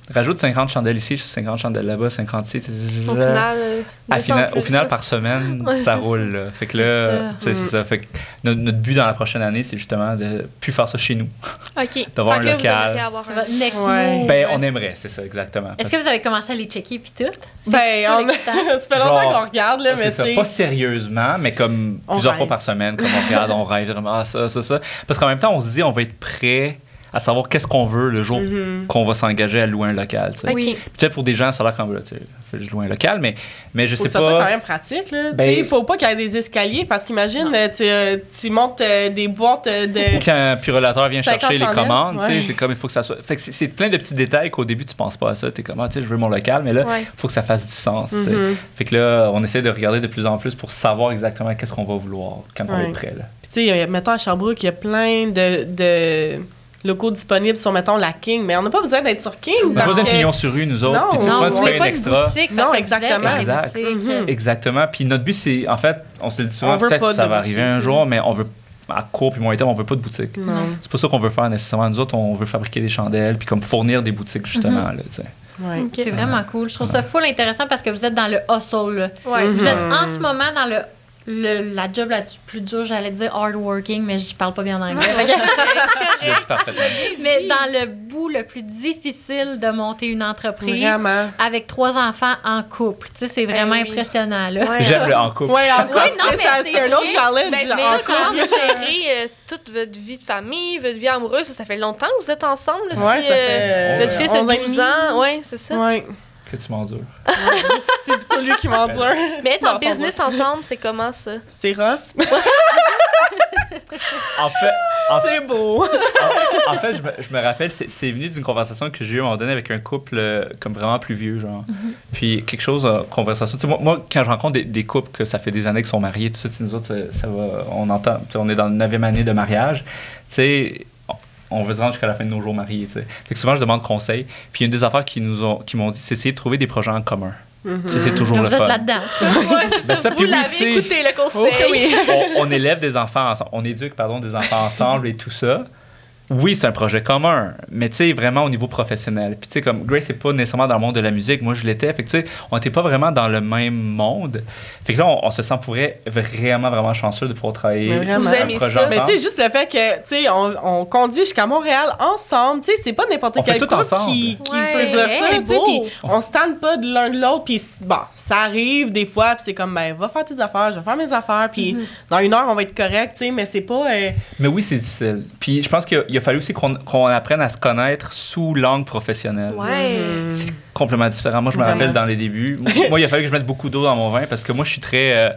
rajoute 50 chandelles ici, 50 chandelles là-bas, 50 ici. Au final, par semaine, ça roule. Là. Fait que là, c'est ça. Fait que notre but dans la prochaine année, c'est justement de plus faire ça chez nous. OK. D'avoir un local. C'est votre next move. Ben, on aimerait, c'est ça, exactement. Est-ce que vous avez commencé à les checker puis tout? Ben, ça fait longtemps qu'on regarde, là, mais c'est ça. Pas sérieusement, mais comme plusieurs fois par semaine, comme on regarde, on rêve vraiment ça. Parce qu'en même temps, on se dit, on va être prêt à savoir qu'est-ce qu'on veut le jour qu'on va s'engager à louer un local. Oui. Peut-être pour des gens, ça a l'air comme, tu sais, je loue un local, mais je sais pas. Ça soit quand même pratique, là. Il faut pas qu'il y ait des escaliers, parce qu'imagine, tu montes des boîtes de... Ou qu'un purolateur vient chercher les commandes, ouais. c'est comme il faut que ça soit... Fait que c'est plein de petits détails qu'au début, tu penses pas à ça. T'es comme, tu sais, je veux mon local, mais là, il faut que ça fasse du sens, tu sais. Fait que là, on essaie de regarder de plus en plus pour savoir exactement qu'est-ce qu'on va vouloir quand on est prêt, là. Puis tu sais, mettons, à Sherbrooke, il y a plein de locaux disponibles sur, mettons, la King, mais on n'a pas besoin d'être sur King. On n'a pas besoin de pignon sur rue, nous autres. Puis souvent, tu payes un extra. Non, exactement. Exactement. Puis notre but, c'est, en fait, on se le dit souvent, peut-être que ça va arriver un jour, mais on veut, à court puis moyen terme, on veut pas de boutique. Non. C'est pas ça qu'on veut faire nécessairement. Nous autres, on veut fabriquer des chandelles puis comme fournir des boutiques, justement, là, tu sais. Ouais. Okay. C'est vraiment cool. Je trouve ça full intéressant parce que vous êtes dans le hustle. Là. Ouais. Vous êtes en ce moment dans la job la plus dure, j'allais dire hard working, mais je parle pas bien en anglais. Tu l'as dit parfaitement. Mais dans le bout le plus difficile de monter une entreprise Vraiment. avec 3 enfants en couple. Tu sais, c'est vraiment impressionnant. Là. Ouais. J'aime le en couple. Oui, en couple, non, mais c'est un autre challenge. Mais comment vous gérez toute votre vie de famille, votre vie amoureuse? Ça fait longtemps que vous êtes ensemble? Là, ouais, si ça fait votre fils a 12 ans. Oui, c'est ça. Ouais. Que tu m'endures. C'est plutôt lui qui m'endure. Mais être en business ensemble, c'est comment ça? C'est rough. En fait, c'est beau. En fait, je me rappelle, c'est venu d'une conversation que j'ai eue à un moment donné avec un couple comme vraiment plus vieux, genre. Puis quelque chose, conversation. Tu sais, moi, quand je rencontre des couples que ça fait des années qu'ils sont mariés, tout ça, nous autres, ça va, on entend, on est dans la 9e année de mariage, tu sais, on veut se rendre jusqu'à la fin de nos jours mariés, tu sais. Fait que souvent, je demande conseil. Puis une des affaires qui m'ont dit, c'est essayer de trouver des projets en commun. C'est toujours le fun. Vous êtes là-dedans. Ouais, ça. Vous l'avez écouté, le conseil. Oui. On élève des enfants ensemble. On éduque, des enfants ensemble et tout ça. Oui, c'est un projet commun, mais tu sais, vraiment au niveau professionnel. Puis tu sais, comme Grace n'est pas nécessairement dans le monde de la musique, moi je l'étais. Fait que tu sais, on n'était pas vraiment dans le même monde. Fait que là, on se sent pour vrai vraiment chanceux de pouvoir travailler Vous un projet ensemble. Mais tu sais, juste le fait que, tu sais, on conduit jusqu'à Montréal ensemble, tu sais, c'est pas n'importe quel couple qui peut dire ça, tu sais, puis on se tente pas de l'un de l'autre, puis bon, ça arrive des fois, puis c'est comme, ben, va faire tes affaires, je vais faire mes affaires, puis dans 1 heure, on va être correct, tu sais, mais c'est pas... Mais oui, c'est difficile. Puis je pense qu'il a fallu aussi qu'on apprenne à se connaître sous l'angle professionnel. Ouais. C'est complètement différent. Moi, je me rappelle dans les débuts. Moi, il a fallu que je mette beaucoup d'eau dans mon vin parce que moi, je suis très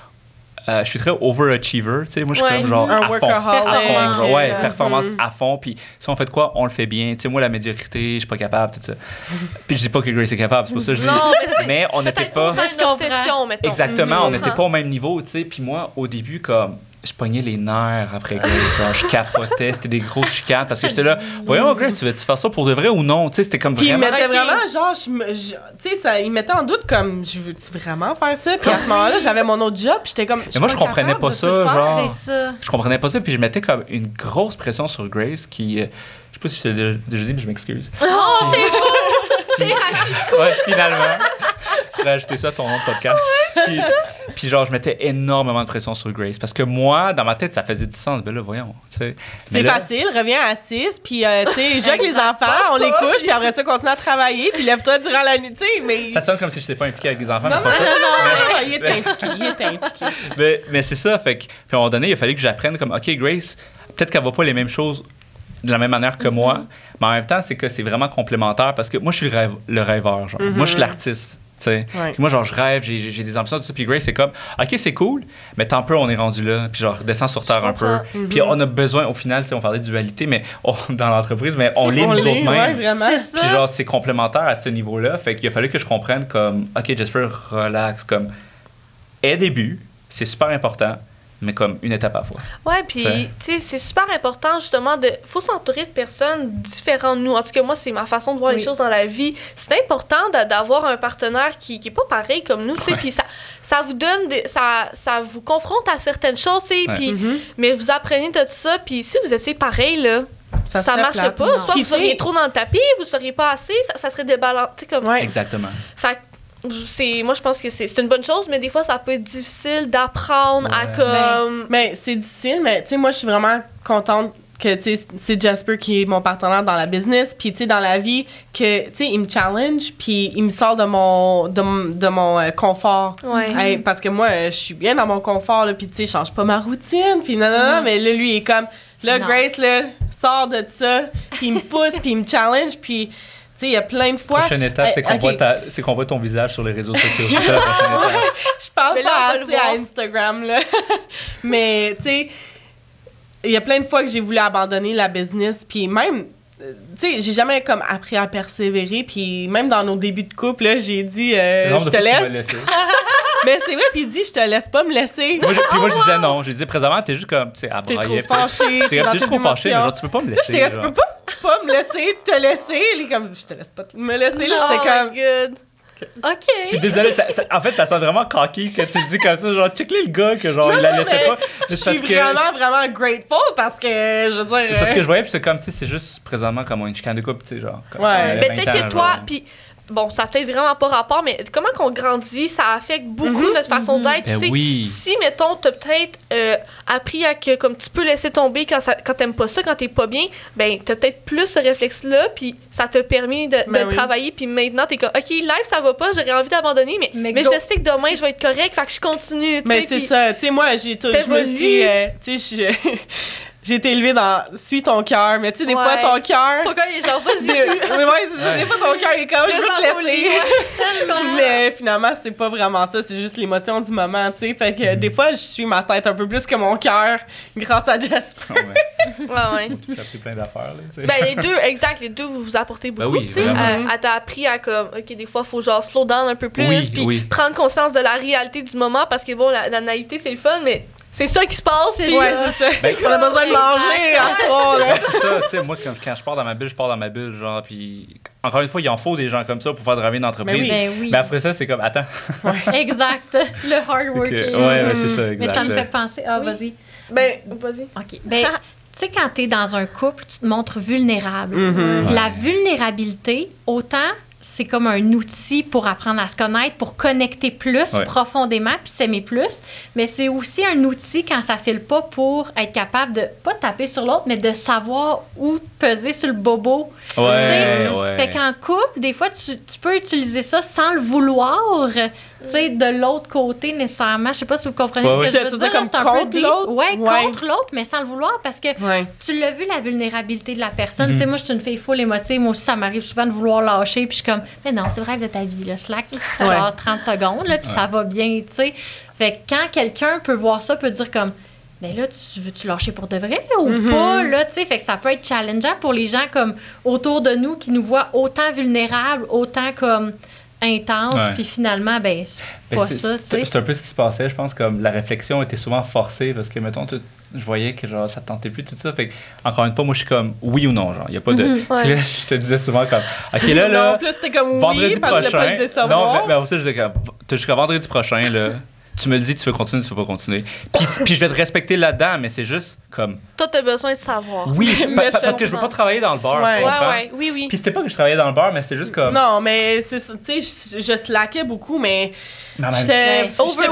overachiever. Tu sais, moi, je suis comme genre un à fond. workaholic. Ouais, performance à fond. Puis si on fait de quoi, on le fait bien. Tu sais, moi, la médiocrité, je suis pas capable, tout ça. Puis je dis pas que Grace est capable, c'est pas ça que je dis. Non, mais on n'était pas... Peut-être une obsession, mettons. Exactement, on n'était pas au même niveau, tu sais. Puis moi, au début, comme... Je pognais les nerfs après Grace. Genre, je capotais. C'était des grosses chicanes parce que j'étais là. Voyons, Grace, tu veux-tu faire ça pour de vrai ou non? Tu sais, c'était comme puis vraiment. Puis il mettait vraiment, genre, tu sais, il mettait en doute comme, je veux-tu vraiment faire ça? Puis à ce moment-là, j'avais mon autre job. Puis j'étais comme. Mais moi, je comprenais pas ça. Genre, c'est ça. Je comprenais pas ça. Puis je mettais comme une grosse pression sur Grace qui. Je sais pas si je l'ai déjà dit, mais je m'excuse. Oh, c'est beau! Ouais, finalement. Tu pourrais ajouter ça à ton nom de podcast. Puis genre, je mettais énormément de pression sur Grace. Parce que moi, dans ma tête, ça faisait du sens. Ben là, voyons. C'est facile, reviens à 6, puis tu sais, joue avec les enfants, on les couche, puis après ça, continue à travailler, puis lève-toi durant la nuit, tu sais, mais... Ça sonne comme si je n'étais pas impliqué avec les enfants. Non, il est impliqué. Mais c'est ça, fait que, puis à un moment donné, il a fallu que j'apprenne comme, OK, Grace, peut-être qu'elle va pas les mêmes choses de la même manière que moi, mais en même temps, c'est que c'est vraiment complémentaire parce que moi, je suis le rêveur, genre. Moi, je suis l'artiste. Ouais. Puis moi, genre, je rêve, j'ai des ambitions, tout ça. Puis Grace, c'est comme, OK, c'est cool, mais tant peu, on est rendu là. Puis genre, redescend sur terre un peu. Puis on a besoin, au final, on parlait de dualité, mais dans l'entreprise, mais on l'est nous autres mêmes. Vraiment. Puis genre, c'est complémentaire à ce niveau-là. Fait qu'il a fallu que je comprenne comme, OK, Jasper, relax, comme, début, c'est super important, mais comme une étape à la fois. Ouais, puis, tu sais, c'est super important, justement, faut s'entourer de personnes différentes de nous. En tout cas, moi, c'est ma façon de voir les choses dans la vie. C'est important d'avoir un partenaire qui est pas pareil comme nous, tu sais, puis ça vous donne, ça vous confronte à certaines choses, tu sais, puis, mais vous apprenez de ça, puis si vous étiez pareil, là, ça marcherait pas. Soit vous seriez trop dans le tapis, vous seriez pas assez, ça serait débalancé comme. Ouais. Exactement. Fait moi, je pense que c'est une bonne chose, mais des fois, ça peut être difficile d'apprendre à comme. Mais c'est difficile, mais tu sais, moi, je suis vraiment contente que, tu sais, c'est Jasper qui est mon partenaire dans la business, puis, tu sais, dans la vie, que, tu sais, il me challenge, puis il me sort de mon confort. Ouais. Parce que moi, je suis bien dans mon confort, là, puis, tu sais, je change pas ma routine, puis non, mais là, lui, il est comme, là, non. Grace, là, sort de ça, puis il me pousse, puis il me challenge, puis... Il y a plein de fois... La prochaine étape, c'est qu'on voit ton visage sur les réseaux sociaux. C'est ça, la prochaine étape. Je parle pas assez à Instagram, là. Mais, tu sais, il y a plein de fois que j'ai voulu abandonner la business. Puis même, tu sais, j'ai jamais comme appris à persévérer. Puis même dans nos débuts de couple, là, j'ai dit, je te laisse. Mais c'est vrai, puis il dit, je te laisse pas me laisser. Puis moi, je disais non. J'ai dit, présentement, t'es juste comme, tu sais, à brailler. T'es trop fâché. T'es juste trop fâché, mais genre, tu peux pas me laisser. Tu peux pas me laisser, te laisser. Il est comme, je te laisse pas me laisser. Là, j'étais comme. Good. OK. Puis désolé, en fait, ça sent vraiment cocky que tu le dis comme ça. Genre, check-le le gars que genre, il la laissait pas. Je suis vraiment grateful parce que, je veux dire. Parce que je voyais, puis c'est comme, tu sais, c'est juste présentement comme une chicane de couple, tu sais, genre. Ouais. Mais peut-être que toi, puis. Bon, ça n'a peut-être vraiment pas rapport, mais comment qu'on grandit, ça affecte beaucoup notre façon d'être. Ben oui. Si, mettons, t'as peut-être appris à que comme tu peux laisser tomber quand t'aimes pas ça, quand t'es pas bien, ben t'as peut-être plus ce réflexe-là, puis ça t'a permis de travailler, puis maintenant t'es comme, OK, live, ça va pas, j'aurais envie d'abandonner, mais je sais que demain, je vais être correct, fait que je continue, mais c'est ça, tu sais, moi, je me suis, tu sais, j'ai été élevée dans « suis ton cœur », mais tu sais, des fois, ton cœur... Ton cœur, il est genre « vas-y plus ». Mais ouais, c'est ça, des fois, ton cœur est comme « je veux te laisser ». Mais finalement, c'est pas vraiment ça, c'est juste l'émotion du moment, tu sais. Fait que des fois, je suis ma tête un peu plus que mon cœur grâce à Jasper. Ouais. Tu as appris plein d'affaires, là, tu sais. Ben, les deux, vous vous apportez beaucoup, tu sais. Elle t'a appris à comme, OK, des fois, il faut genre slow down un peu plus, puis prendre conscience de la réalité du moment, parce que bon, la naïveté, c'est le fun, mais... C'est ça qui se passe. Ouais, c'est ça. On a besoin de manger à soir, là. C'est ça, tu sais, moi, quand je pars dans ma bulle, je pars dans ma bulle, genre, puis encore une fois, il en faut des gens comme ça pour faire travailler une entreprise. Mais après ça, c'est comme, attends. Exact. Le hard working. Ouais, c'est ça, exact. Mais ça me fait penser. Ah, vas-y. Ben, vas-y. OK. Ben, tu sais, quand t'es dans un couple, tu te montres vulnérable. La vulnérabilité, autant... c'est comme un outil pour apprendre à se connaître, pour connecter plus profondément puis s'aimer plus. Mais c'est aussi un outil quand ça file pas pour être capable de pas taper sur l'autre, mais de savoir où peser sur le bobo. Fait qu'en couple, des fois, tu peux utiliser ça sans le vouloir, tu sais, de l'autre côté nécessairement. Je sais pas si vous comprenez ce que je veux dire. Comme contre l'autre? Ouais, contre l'autre, mais sans le vouloir parce que tu l'as vu, la vulnérabilité de la personne. Tu sais, moi, je suis une fille full émotive. Moi aussi, ça m'arrive souvent de vouloir lâcher. Puis je suis comme, mais non, c'est le rêve de ta vie, là. Slack, genre 30 secondes, là, puis ça va bien, tu sais. Fait que quand quelqu'un peut voir ça, peut dire comme, mais là, veux-tu lâcher pour de vrai ou pas, là, tu sais? Fait que ça peut être challengeant pour les gens comme autour de nous qui nous voient autant vulnérables, autant comme intense, puis finalement, ben, c'est pas ça, tu sais. C'est un peu ce qui se passait, je pense, comme la réflexion était souvent forcée parce que, mettons, je voyais que genre ça tentait plus tout ça. Fait que, encore une fois, moi, je suis comme oui ou non, genre, il n'y a pas de. Je te disais souvent comme, OK, là. Non, en plus, c'était comme vendredi oui, parce que je voulais pas le décevoir. Non, mais aussi, je disais comme, jusqu'à vendredi prochain, là. Tu me le dis, tu veux continuer, tu veux pas continuer. Puis je vais te respecter là-dedans, mais c'est juste comme... Toi, t'as besoin de savoir. Oui, parce que je veux pas travailler dans le bar, tu comprends? Oui. Puis c'était pas que je travaillais dans le bar, mais c'était juste comme... Non, mais c'est ça, tu sais, je slackais beaucoup, mais j'étais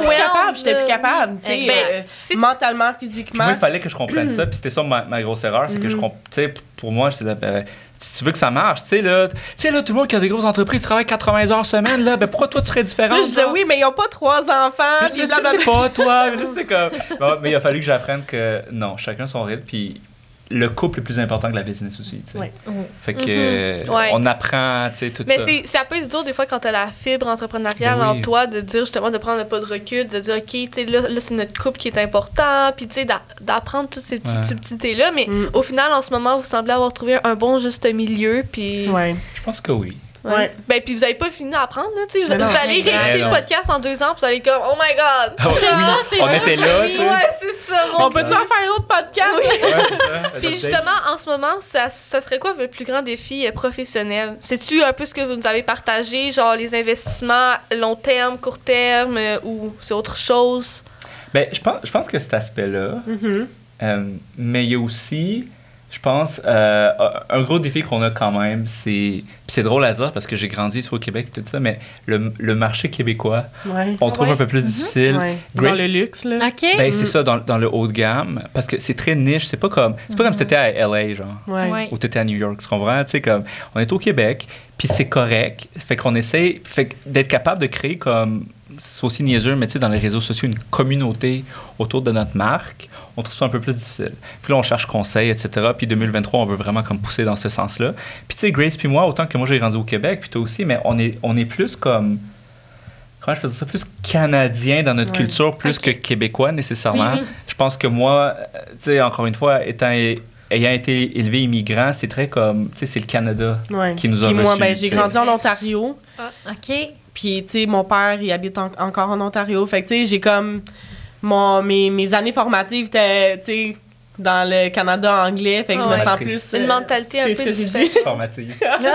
plus capable, tu sais, mentalement, physiquement. Puis moi, il fallait que je comprenne ça, puis c'était ça ma grosse erreur, c'est que tu sais, pour moi, c'est si tu veux que ça marche, tu sais, là, tout le monde qui a des grosses entreprises travaille 80 heures semaine, là, ben pourquoi toi, tu serais différente? Là, je disais, oui, mais ils n'ont pas 3 enfants. Je te sais pas, toi. Mais là, c'est comme... Bon, mais il a fallu que j'apprenne que, non, chacun son rythme, puis le couple est plus important que la business aussi, tu sais. Fait que, on apprend, tu sais, tout ça. Mais c'est un peu dur, des fois, quand t'as la fibre entrepreneuriale en toi, de dire, justement, de prendre un pas de recul, de dire, OK, tu sais, là c'est notre couple qui est important, puis, tu sais, d'apprendre toutes ces petites subtilités-là. Mais au final, en ce moment, vous semblez avoir trouvé un bon juste milieu, puis... Je pense que oui. Ben, puis vous avez pas fini d'apprendre, là, tu sais. Vous allez réécouter le podcast en 2 ans, puis vous allez comme, oh my God! On était là, tu sais. Ouais, c'est ça. On peut-tu en faire un autre podcast? Puis justement, en ce moment, ça serait quoi votre plus grand défi professionnel? C'est-tu un peu ce que vous nous avez partagé, genre les investissements long terme, court terme, ou c'est autre chose? Ben, je pense que cet aspect-là, mais il y a aussi Je pense, un gros défi qu'on a quand même, c'est... Puis c'est drôle à dire parce que j'ai grandi ici au Québec et tout ça, mais le marché québécois, on trouve un peu plus difficile. Dans le luxe, là. OK. Ben, c'est ça, dans le haut de gamme, parce que c'est très niche. C'est pas comme si t'étais à LA, genre, ou t'étais à New York. Tu comprends? Tu sais, comme, on est au Québec, puis c'est correct. Fait qu'on essaie d'être capable de créer comme... C'est aussi niaiseux, mais tu sais, dans les réseaux sociaux, une communauté autour de notre marque, on trouve ça un peu plus difficile. Puis là, on cherche conseil, etc. Puis 2023, on veut vraiment comme pousser dans ce sens-là. Puis tu sais, Grace puis moi, autant que moi, j'ai grandi au Québec, puis toi aussi, mais on est plus comme... Comment je peux dire ça? Plus canadien dans notre culture, plus que québécois, nécessairement. Je pense que moi, tu sais, encore une fois, ayant été élevé immigrant, c'est très comme... Tu sais, c'est le Canada qui nous a reçus. Moi, ben, j'ai grandi en Ontario. OK. Puis, tu sais, mon père, il habite encore en Ontario. Fait que, tu sais, j'ai comme... Mes années formatives étaient, tu sais, dans le Canada anglais. Fait que je me sens plus... Une mentalité un peu différente. Formative.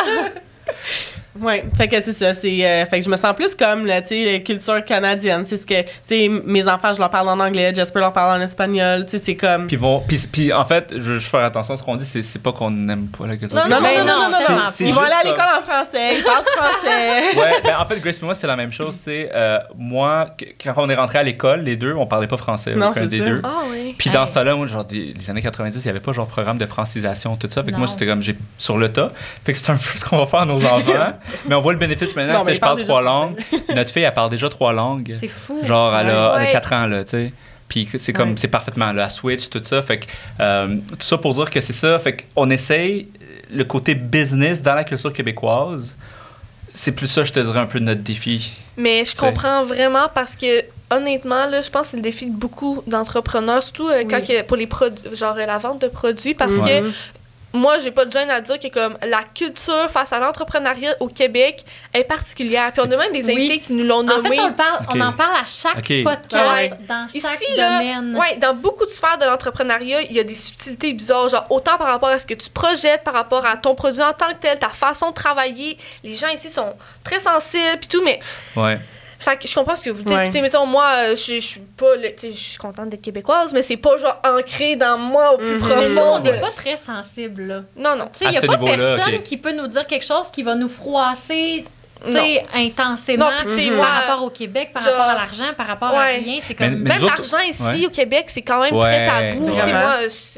Oui, fait que c'est ça. Fait que je me sens plus comme, tu sais, la culture canadienne. C'est ce que, tu sais, mes enfants, je leur parle en anglais, Jasper leur parle en espagnol. Tu sais, c'est comme... Puis en fait, je veux faire attention à ce qu'on dit, c'est pas qu'on n'aime pas la culture. Non. Ils vont aller à l'école en français, ils parlent français. Ouais, ben en fait, Grace et moi, c'est la même chose. Tu sais, moi, quand on est rentrés à l'école, les deux, on parlait pas français, aucun des deux. Ah oui. Puis dans ce temps-là, moi, genre, les années 90, il y avait pas genre programme de francisation, tout ça. Fait que moi, c'était comme, j'ai sur le tas. Fait que c'est un peu ce qu'on va faire à nos enfants. Mais on voit le bénéfice maintenant. Tu sais, je parle 3 langues. Notre fille, elle parle déjà 3 langues. C'est fou. Genre, elle a 4 ans, là, tu sais. Puis c'est comme, c'est parfaitement, là, à Switch, tout ça. Fait que, tout ça pour dire que c'est ça. Fait qu'on essaye le côté business dans la culture québécoise. C'est plus ça, je te dirais, un peu de notre défi. Mais je comprends vraiment parce que, honnêtement, là, je pense que c'est le défi de beaucoup d'entrepreneurs, surtout pour les produits, genre la vente de produits, parce que moi, j'ai pas de gêne à dire que comme la culture face à l'entrepreneuriat au Québec est particulière. Puis on a même des invités qui nous l'ont nommé. En fait, on en parle à chaque podcast, dans chaque domaine. Oui, dans beaucoup de sphères de l'entrepreneuriat, il y a des subtilités bizarres. Genre, autant par rapport à ce que tu projettes, par rapport à ton produit en tant que tel, ta façon de travailler. Les gens ici sont très sensibles puis tout, mais... Ouais. Fait que je comprends ce que vous dites. Tu sais, mettons, moi, je suis pas... Tu sais, je suis contente d'être québécoise, mais c'est pas, genre, ancré dans moi au plus profond. On n'est pas très sensible, là. Non. Tu sais, il n'y a pas personne qui peut nous dire quelque chose qui va nous froisser... Tu sais, intensément par rapport au Québec, par rapport à l'argent, par rapport à rien. C'est comme... Même l'argent ici, au Québec, c'est quand même très tabou. Moi,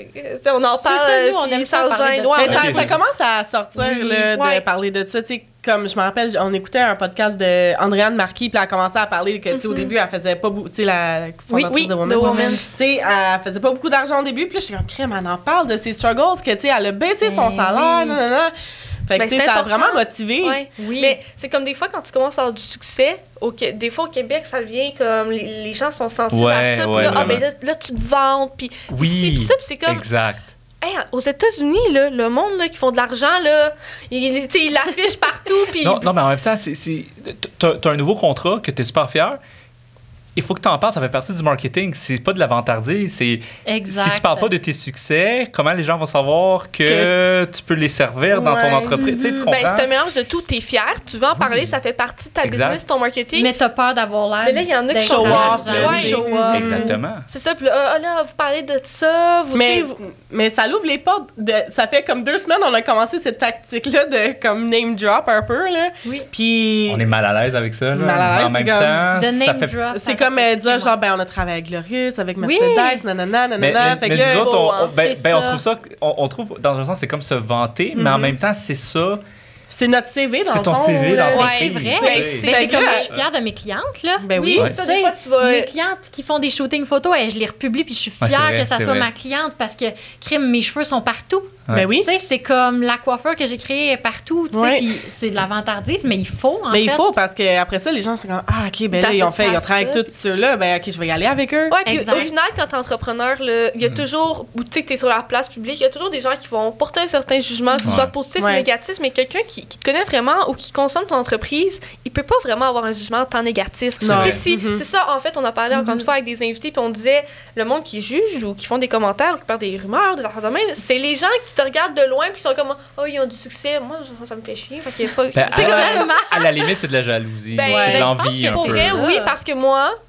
on en parle, ça, nous, on aime ça parler de ça commence à sortir, là, de parler de ça. Tu sais, comme je me rappelle, on écoutait un podcast de Andréane Marquis, puis elle a commencé à parler que, tu sais, au début, elle faisait pas beaucoup, tu sais, la fondatrice de Women's. Tu sais, elle faisait pas beaucoup d'argent au début, puis là, je suis comme, crème, elle en parle de ses struggles, que, tu sais, elle a baissé son salaire, nanana. Fait que, tu sais, ça a vraiment motivé. Oui. Mais c'est comme des fois, quand tu commences à avoir du succès, des fois au Québec, ça devient comme les gens sont sensibles à ça. Puis là, tu te vantes. Puis ça, puis c'est comme. Exact. Hey, aux États-Unis, là, le monde là, qui font de l'argent, là, ils l'affichent partout. Pis... Non, mais en même temps, t'as un nouveau contrat que t'es super fier. Il faut que tu en parles, ça fait partie du marketing. C'est pas de la vantardier. Si tu parles pas de tes succès, comment les gens vont savoir que tu peux les servir dans ton entreprise? Tu comprends? C'est un mélange de tout. T'es fier, tu veux en parler, ça fait partie de ta business, ton marketing. Mais t'as peur d'avoir l'air. Mais là, il y en a qui sont show-off. Exactement. C'est ça. Puis là, vous parlez de ça. Mais ça l'ouvre les portes. Ça fait comme 2 semaines, on a commencé cette tactique-là de comme name drop un peu. Là. Oui. Puis on est mal à l'aise avec ça. Là. Mal à l'aise, en même temps, de name drop. C'est comme dire, genre, on a travaillé avec Glorious, avec Mercedes, nanana. Mais nous autres, on trouve ça, on trouve, dans un sens, c'est comme se vanter, mais en même temps, c'est ça. C'est notre CV dans le fond. C'est ton CV dans ton c'est vrai. Mais c'est comme je suis fière de mes clientes, là. Ben oui. Ça, des fois, tu vas... Mes clientes qui font des shootings photos, je les republie, puis je suis fière que ça soit ma cliente parce que, crime, mes cheveux sont partout. Ben oui. Tu sais, c'est comme la coiffeur que j'ai créée partout, tu sais, puis c'est de la vantardise, mais il faut, en fait. Mais il faut, parce qu'après ça, les gens sont comme, ah, OK, ben là, ils ont travaillé avec tous ceux-là, ben OK, je vais y aller avec eux. Ouais, puis au final, quand t'es entrepreneur, il y a toujours, ou tu sais que t'es sur la place publique, il y a toujours des gens qui vont porter un certain jugement, que ce soit positif ou négatif, mais quelqu'un qui te connaît vraiment ou qui consomme ton entreprise, il peut pas vraiment avoir un jugement tant négatif. C'est ça, en fait, on a parlé encore une fois avec des invités, puis on disait, le monde qui juge ou qui font des commentaires ou qui parlent des rumeurs, des affaires de même, c'est les gens qui te regardent de loin puis ils sont comme, oh, ils ont du succès. Moi, ça me fait chier. Fait qu'il faut... à la limite, c'est de la jalousie. C'est de l'envie. Pour vrai, oui, parce que moi,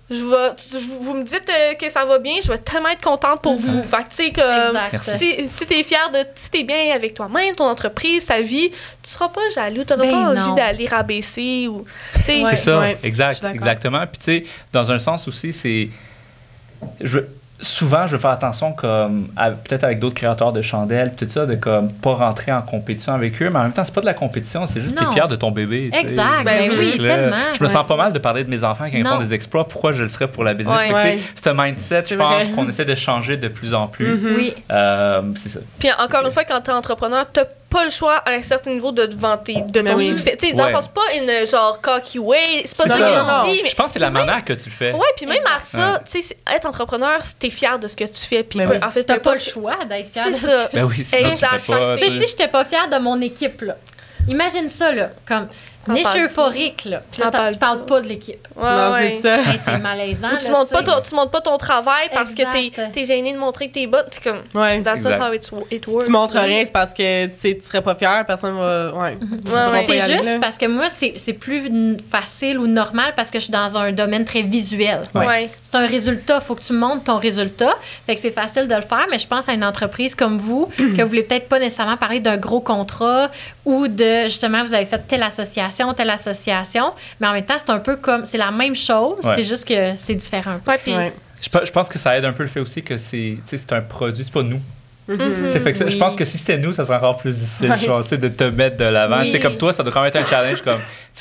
vous me dites que ça va bien, je vais tellement être contente pour vous. Fait que, tu sais, comme, si t'es fière si t'es bien avec toi-même, ton entreprise, ta vie, tu seras pas jaloux, t'auras pas envie d'aller rabaisser ou, c'est ça, exactement. Puis, tu sais, dans un sens aussi, c'est... Souvent, je veux faire attention, comme peut-être avec d'autres créateurs de chandelles, tout ça, de comme pas rentrer en compétition avec eux, mais en même temps, c'est pas de la compétition, c'est juste que t'es fier de ton bébé. Exact, oui, tellement. Je me sens pas mal de parler de mes enfants quand ils font des exploits, pourquoi je le serais pour la business. C'est un mindset, je pense, qu'on essaie de changer de plus en plus. Oui. C'est ça. Puis encore une fois, quand t'es entrepreneur, t'as pas le choix à un certain niveau de te vanter de ton succès. Tu sais, dans le sens, pas une genre cocky way, c'est pas ça que je dis. Mais je pense que c'est la manière que tu le fais. Ouais, puis même à ça, tu sais, être entrepreneur, t'es fier de ce que tu fais. Puis en fait, t'as pas le choix d'être fier de ce que tu fais. Exact. Si j'étais pas fière de mon équipe, là, imagine ça, là, comme... Je suis euphorique, là. Puis là, tu parles pas de l'équipe. Non, c'est ça. C'est malaisant. Tu montres pas ton travail parce que t'es gêné de montrer que t'es bonne. C'est comme, that's not how it works. Si tu montres rien, c'est parce que tu serais pas fière, personne va... C'est juste parce que moi, c'est plus facile ou normal parce que je suis dans un domaine très visuel. C'est un résultat. Il faut que tu montres ton résultat. Fait que c'est facile de le faire, mais je pense à une entreprise comme vous, que vous voulez peut-être pas nécessairement parler d'un gros contrat ou de, justement, vous avez fait telle association, mais en même temps, c'est un peu comme, c'est la même chose, c'est juste que c'est différent. Je pense que ça aide un peu le fait aussi que c'est un produit, c'est pas nous. Fait que je pense que si c'était nous, ça serait encore plus difficile de te mettre de l'avant. Comme toi, ça doit quand même être un challenge comme,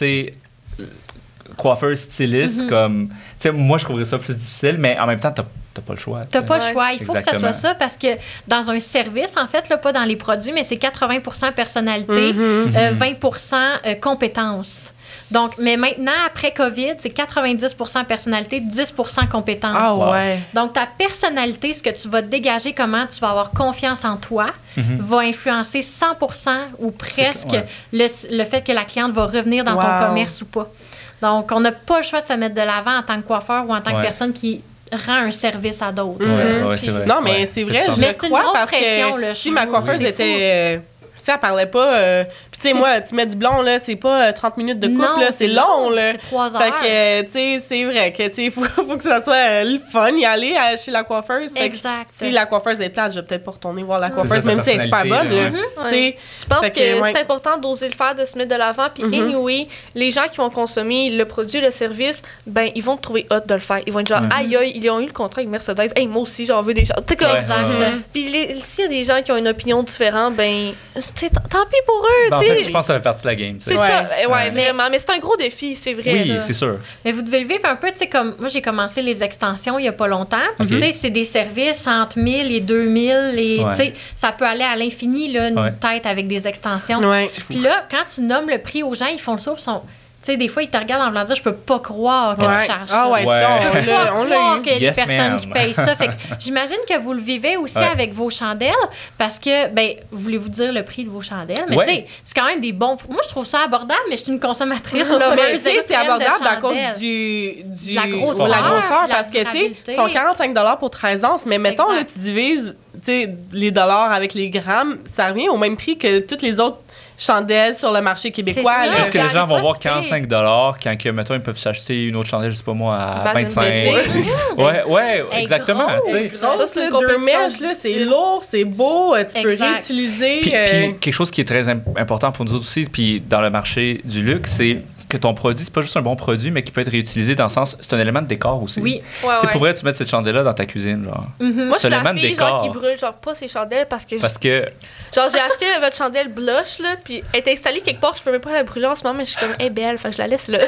coiffeur, styliste, comme, moi, je trouverais ça plus difficile, mais en même temps, t'as pas le choix. T'as pas le choix. Il faut que ça soit ça parce que dans un service, en fait, là, pas dans les produits, mais c'est 80% personnalité, 20% compétences. Donc, mais maintenant, après COVID, c'est 90% personnalité, 10% compétences. Ah ouais. Donc, ta personnalité, ce que tu vas dégager, comment tu vas avoir confiance en toi, va influencer 100% ou presque le fait que la cliente va revenir dans ton commerce ou pas. Donc, on n'a pas le choix de se mettre de l'avant en tant que coiffeur ou en tant que personne qui rend un service à d'autres. C'est vrai. Non, mais c'est vrai, je le crois parce que si ma coiffeuse était... si elle parlait pas... Puis tu sais, moi, tu mets du blond, là, c'est pas 30 minutes de coupe, là, c'est long, là. C'est 3 heures. Fait que, tu sais, c'est vrai que, tu sais, faut que ça soit le fun, y aller chez la coiffeuse. Fait que si la coiffeuse est plate, je vais peut-être pas retourner voir la coiffeuse, même si elle est super bonne, là. Je pense que c'est important d'oser le faire, de se mettre de l'avant. Puis anyway, les gens qui vont consommer le produit, le service, ben, ils vont te trouver hot de le faire. Ils vont être genre, aïe, aïe, ils ont eu le contrat avec Mercedes. Hey, moi aussi, j'en veux des gens. Tu sais, comme ça. Puis s'il y a des gens qui ont une opinion différente, ben, tant pis pour eux. En fait, je pense que ça fait partie de la game. C'est ça, vraiment. Mais c'est un gros défi, c'est vrai. Oui, c'est sûr. Mais vous devez le vivre un peu, tu sais, comme moi, j'ai commencé les extensions il n'y a pas longtemps. Tu sais, c'est des services entre 1000 et 2000. Et, tu sais, ça peut aller à l'infini, là, une tête avec des extensions. Puis là, quand tu nommes le prix aux gens, ils font le saut et sont... Tu sais, des fois, ils te regardent en voulant dire, je peux pas croire que tu charges ça. Je peux pas croire qu'il y a des personnes qui payent ça. Fait que j'imagine que vous le vivez aussi avec vos chandelles parce que, ben, voulez-vous dire le prix de vos chandelles? Mais tu sais, c'est quand même des bons... Moi, je trouve ça abordable, mais je suis une consommatrice. Mais tu sais, c'est abordable à cause de la grosseur parce que, tu sais, ils sont 45$ pour 13 onces, mais mettons, là, tu divises, tu sais, les dollars avec les grammes, ça revient au même prix que toutes les autres chandelles sur le marché québécois. Est-ce que les gens vont voir 45$ quand, que, mettons, ils peuvent s'acheter une autre chandelle, je sais pas moi, à 25$? Ouais, exactement. Ça, c'est 2 mèches, là, c'est lourd, c'est beau, tu peux réutiliser. Puis quelque chose qui est très important pour nous autres aussi, puis dans le marché du luxe, c'est que ton produit, c'est pas juste un bon produit, mais qui peut être réutilisé dans le sens, c'est un élément de décor aussi. Oui. Pour vrai, tu mets cette chandelle-là dans ta cuisine, genre. Moi, je suis la fille, genre, qui brûle, genre, pas ces chandelles parce que... Genre, j'ai acheté votre chandelle blush, là, puis elle est installée quelque part, je peux même pas la brûler en ce moment, mais je suis comme, elle est belle, fait que je la laisse là.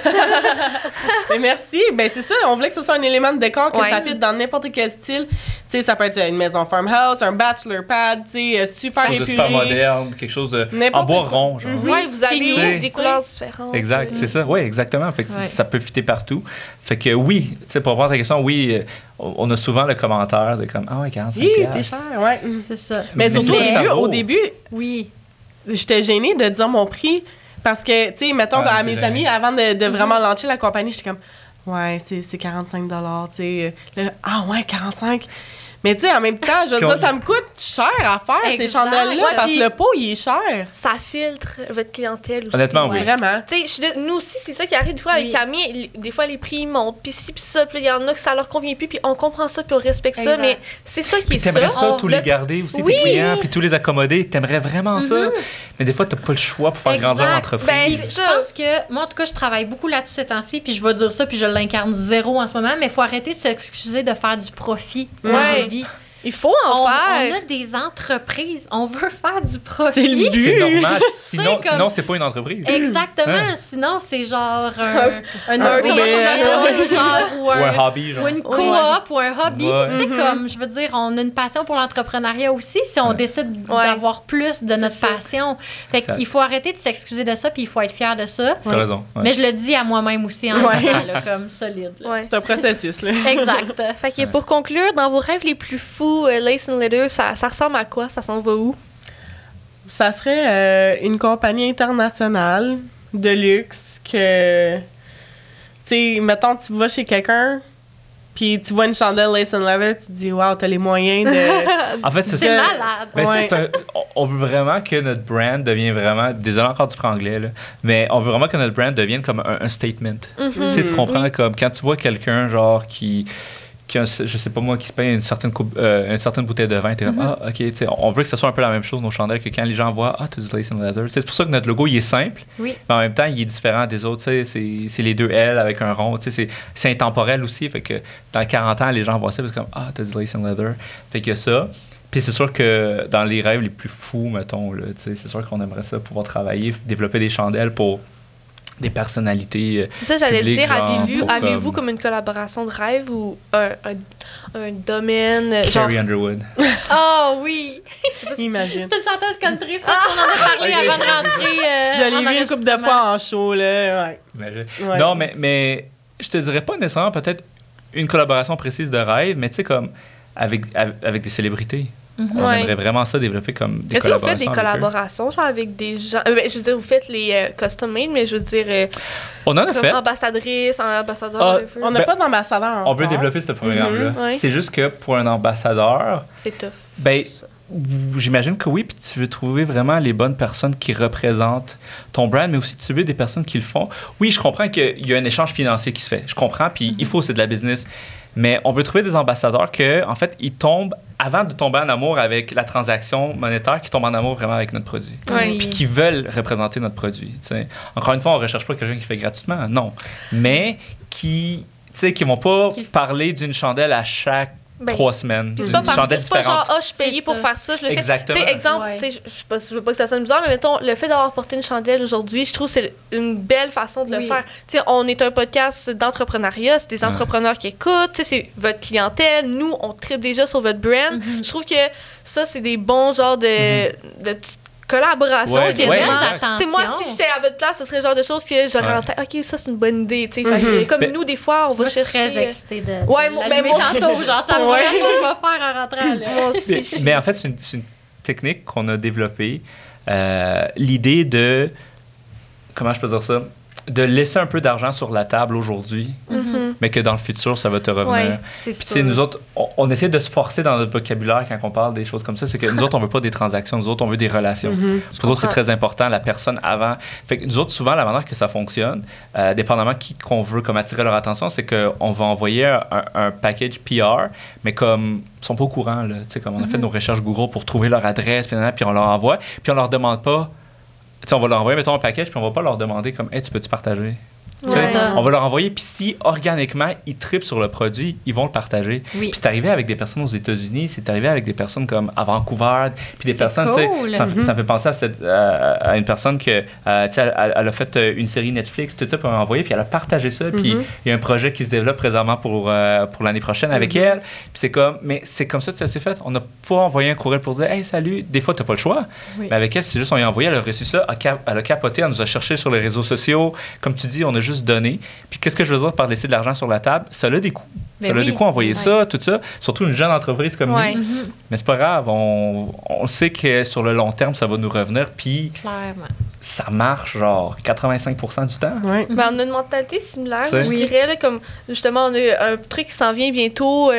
Mais merci. Ben, c'est ça, on voulait que ce soit un élément de décor, que ça fit dans n'importe quel style. Tu sais, ça peut être une maison farmhouse, un bachelor pad, tu sais, super épuré. Super moderne, quelque chose de... en bois rond, genre. Oui, vous avez des couleurs différentes. Exact, c'est ça. Oui, exactement. Fait que ça peut fitter partout. Fait que oui, tu sais, pour répondre à ta question, oui, on a souvent le commentaire de comme, ah ouais, 45$. Oui, c'est cher, ouais. C'est ça. Mais surtout, au début, oui, j'étais gênée de dire mon prix parce que, tu sais, mettons, à mes amis, avant de vraiment lancer la compagnie, j'étais comme, ouais, c'est 45$, tu sais. Ah ouais, 45$. Mais tu sais, en même temps, je veux dire, ça me coûte cher à faire, ces chandelles-là, parce que le pot, il est cher. Ça filtre votre clientèle aussi. Honnêtement, oui. Vraiment. Tu sais, nous aussi, c'est ça qui arrive des fois avec Camille. Des fois, les prix montent, puis ci, puis ça. Puis il y en a que ça leur convient plus, puis on comprend ça, puis on respecte ça. Mais c'est ça qui est ça. T'aimerais ça, tous les garder aussi, tes clients, puis tous les accommoder. T'aimerais vraiment ça. Mais des fois, t'as pas le choix pour faire grandir l'entreprise. Ben, je pense que, moi, en tout cas, je travaille beaucoup là-dessus ces temps-ci, puis je vais dire ça, puis je l'incarne zéro en ce moment, mais il faut arrêter de s'excuser de faire du profit dans notre vie. Il faut en faire. On a des entreprises, on veut faire du profit. C'est le but. C'est normal. Sinon, c'est pas une entreprise. Exactement. Sinon, c'est genre un ou un hobby. Genre. Ou une coop ou un hobby. C'est comme, je veux dire, on a une passion pour l'entrepreneuriat aussi si on décide d'avoir plus de notre passion. Fait qu'il faut arrêter de s'excuser de ça puis il faut être fier de ça. T'as raison. Mais je le dis à moi-même aussi en là, comme solide. C'est un processus. Là. Exact. Fait que pour conclure, dans vos rêves les plus fous, Lace & Leather, ça ressemble à quoi? Ça s'en va où? Ça serait une compagnie internationale de luxe que, tu sais, mettons, tu vas chez quelqu'un, puis tu vois une chandelle Lace & Leather, tu te dis, wow, t'as les moyens de... En fait, c'est malade. Ben, on veut vraiment que notre brand devienne vraiment... Désolé encore du franglais, là, mais on veut vraiment que notre brand devienne comme un statement. Tu sais, tu comprends, comme quand tu vois quelqu'un, genre, qui a, je sais pas moi, qui se paye une certaine bouteille de vin, t'es comme, ah, OK, tu sais, on veut que ce soit un peu la même chose, nos chandelles, que quand les gens voient, ah, t'as du Lace & Leather. C'est pour ça que notre logo, il est simple, mais en même temps, il est différent des autres, tu sais, c'est les deux L avec un rond, tu sais, c'est intemporel aussi, fait que dans 40 ans, les gens voient ça, c'est comme, ah, t'as du Lace & Leather. Fait que ça. Puis c'est sûr que dans les rêves les plus fous, mettons, là, tu sais, c'est sûr qu'on aimerait ça pouvoir travailler, développer des chandelles pour des personnalités. C'est ça, j'allais dire. Avez-vous comme une collaboration de rêve ou un domaine? Carrie Underwood. Oh oui! Imagine. C'est une chanteuse country, c'est parce qu'on en a parlé avant de rentrer. Je l'ai vu une couple de fois en show, là. Ouais. Non, mais je te dirais pas nécessairement peut-être une collaboration précise de rêve, mais tu sais, comme avec des célébrités. On aimerait vraiment ça développer comme des collaborations. Est-ce que vous faites des collaborations genre avec des gens? Je veux dire, vous faites les custom made, mais je veux dire. On en a fait. Ambassadrice, ambassadeur. On n'a pas d'ambassadeur. On veut développer ce programme-là. C'est juste que pour un ambassadeur. C'est tough. Ben, j'imagine que oui, puis tu veux trouver vraiment les bonnes personnes qui représentent ton brand, mais aussi tu veux des personnes qui le font. Oui, je comprends qu'il y a un échange financier qui se fait. Je comprends, puis il faut, c'est de la business. Mais on veut trouver des ambassadeurs que, en fait, ils tombent avant de tomber en amour avec la transaction monétaire, qui tombent en amour vraiment avec notre produit. Puis qui veulent représenter notre produit. T'sais. Encore une fois, on ne recherche pas quelqu'un qui fait gratuitement, non. Mais qui vont pas parler d'une chandelle à chaque 3 semaines. C'est pas genre, je suis payé pour faire ça. Je le exactement. Fais. Exemple, je veux pas que ça sonne bizarre, mais mettons, le fait d'avoir porté une chandelle aujourd'hui, je trouve que c'est une belle façon de le faire. T'sais, on est un podcast d'entrepreneuriat, c'est des entrepreneurs qui écoutent, c'est votre clientèle. Nous, on tripe déjà sur votre brand. Je trouve que ça, c'est des bons genres de petites collaboration moi si j'étais à votre place ce serait le genre de choses que j'aurais en tête. OK, ça c'est une bonne idée, tu sais. Comme nous des fois on va chercher. Je suis très excitée de moi tantôt, genre c'est la première chose que je vais faire en rentrant là. Moi aussi. Mais en fait c'est une technique qu'on a développée, l'idée de, comment je peux dire ça, de laisser un peu d'argent sur la table aujourd'hui, mais que dans le futur, ça va te revenir. Puis, tu sais, nous autres, on essaie de se forcer dans notre vocabulaire quand on parle des choses comme ça. C'est que nous autres, on veut pas des transactions. Nous autres, on veut des relations. Pour nous autres, c'est très important, la personne avant. Fait que nous autres, souvent, la manière que ça fonctionne, dépendamment qui qu'on veut comme attirer leur attention, c'est qu'on va envoyer un package PR, mais comme ils sont pas au courant, là. Tu sais, comme on a fait nos recherches Google pour trouver leur adresse, puis on leur envoie, puis on leur demande pas. T'sais, on va leur envoyer, mettons, un package, puis on va pas leur demander comme, hey, tu peux-tu partager? On va leur envoyer, puis si organiquement ils trippent sur le produit, ils vont le partager. Puis c'est arrivé avec des personnes aux États-Unis, c'est arrivé avec des personnes comme à Vancouver, puis des personnes, cool. Ça me fait penser à une personne que, elle a fait une série Netflix, tout ça, pour m'envoyer, puis elle a partagé ça, puis il y a un projet qui se développe présentement pour l'année prochaine avec elle, puis c'est comme, mais c'est comme ça que ça s'est fait. On n'a pas envoyé un courriel pour dire, hey, salut, des fois, t'as pas le choix, mais avec elle, c'est juste, on lui a envoyé, elle a reçu ça, elle a capoté, elle nous a cherché sur les réseaux sociaux, comme tu dis, on a juste juste donner. Puis qu'est-ce que je veux dire par laisser de l'argent sur la table? Ça a des coûts. Ben ça a des coûts, envoyer ça, tout ça. Surtout une jeune entreprise comme nous. Mais c'est pas grave. On sait que sur le long terme, ça va nous revenir. Puis ça marche genre 85% du temps. Ouais. Ben, on a une mentalité similaire, je dirais. Là, comme justement, on a un truc qui s'en vient bientôt,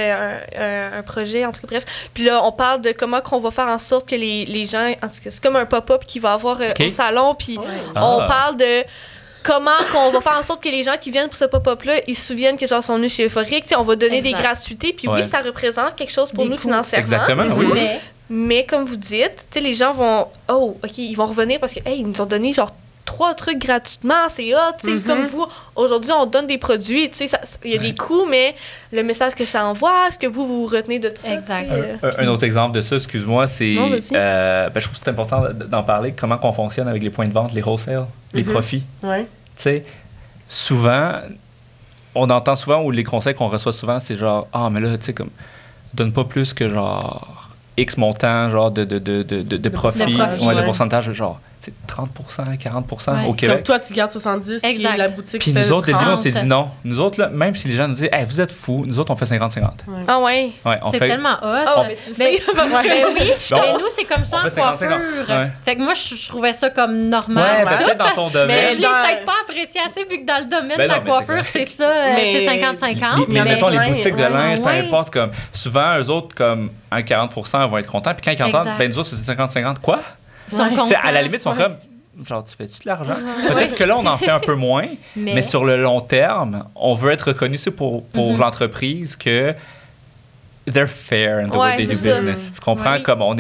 un projet, en tout cas, bref. Puis là, on parle de comment qu'on va faire en sorte que les gens... En tout cas, c'est comme un pop-up qui va avoir au salon. Puis on parle de... Comment qu'on va faire en sorte que les gens qui viennent pour ce pop-up-là, ils se souviennent que genre sont venus chez Euphorique. On va donner des gratuités. Puis oui, ça représente quelque chose pour nous financièrement. Exactement, oui. Mais comme vous dites, les gens vont... Oh, OK, ils vont revenir parce que ils nous ont donné genre 3 trucs gratuitement. C'est hot, comme vous. Aujourd'hui, on donne des produits. Il y a des coûts, mais le message que ça envoie, est-ce que vous retenez de tout ça? Exact. Un autre exemple de ça, excuse-moi, c'est... je trouve que c'est important d'en parler. Comment on fonctionne avec les points de vente, les wholesale, les profits. Ouais. Tu sais, souvent, on entend souvent, ou les conseils qu'on reçoit souvent, c'est genre, mais là, tu sais, comme, donne pas plus que genre X montant, genre de profit, de pourcentage, genre, c'est 30%, 40% au Québec. Comme toi, tu gardes 70, puis la boutique puis nous autres, on s'est dit non. Nous autres, là, même si les gens nous disent, vous êtes fous, nous autres, on fait 50-50. Ah ouais? C'est tellement hot. Ah ouais, tu sais. Mais nous, c'est comme ça en coiffure. Fait que moi, je trouvais ça comme normal. Ouais, peut-être dans ton domaine. Mais je l'ai peut-être pas apprécié assez, vu que dans le domaine de la coiffure, c'est ça, c'est 50-50. Mais mettons, les boutiques de linge, peu importe, comme, souvent, eux autres, comme, à 40%, vont être contents. Puis quand ils entendent, nous autres, c'est 50-50. Quoi? À la limite, ils sont comme, genre, tu fais-tu de l'argent? Peut-être que là, on en fait un peu moins, mais sur le long terme, on veut être reconnu pour l'entreprise que they're fair in the way they do business. Tu comprends? Comme on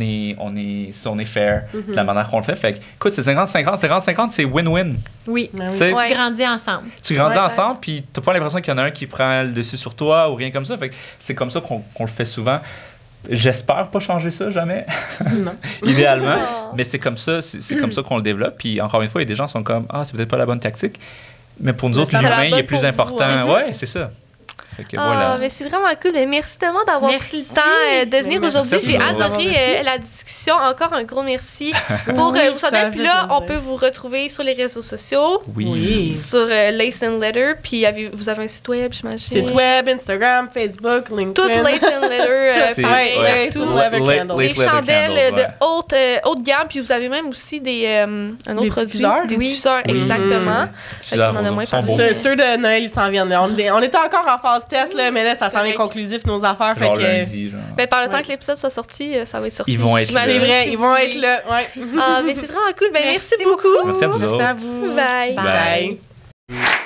est fair de la manière qu'on le fait. Fait que, écoute, c'est 50-50. 50-50, c'est win-win. Oui. Tu grandis ensemble. Tu grandis ensemble, puis t'as pas l'impression qu'il y en a un qui prend le dessus sur toi ou rien comme ça. Fait que c'est comme ça qu'on le fait souvent. J'espère pas changer ça jamais. Non. Idéalement. Mais c'est comme ça, comme ça qu'on le développe. Puis encore une fois, il y a des gens qui sont comme, c'est peut-être pas la bonne tactique. Mais pour nous autres, l'humain, il est plus important. C'est ça. Fait que voilà. Mais c'est vraiment cool. Merci tellement d'avoir pris le temps de venir aujourd'hui. J'ai adoré la discussion. Encore un gros merci pour vous chandelles. Puis là, on peut vous retrouver sur les réseaux sociaux. Oui. Sur Lace and Letter. Puis vous avez un site web, j'imagine. Site web, Instagram, Facebook, LinkedIn. Tout Lace and Letter. Lace and Leather Candles. Des chandelles de haute gamme. Puis vous avez même aussi un autre produit. Des diffuseurs, exactement. On en a moins parlé. Ceux de Noël, ils s'en viennent. On était encore en phase test, là, mais là, ça s'en vient conclusif, nos affaires. Genre fait que... lundi, genre. Ben, par le temps que l'épisode soit sorti, ça va être sorti. Ils vont être là. C'est vrai, ils vont être là. Ouais. Mais c'est vraiment cool. Ben, merci beaucoup. Merci à vous. Merci à vous. Bye. Bye.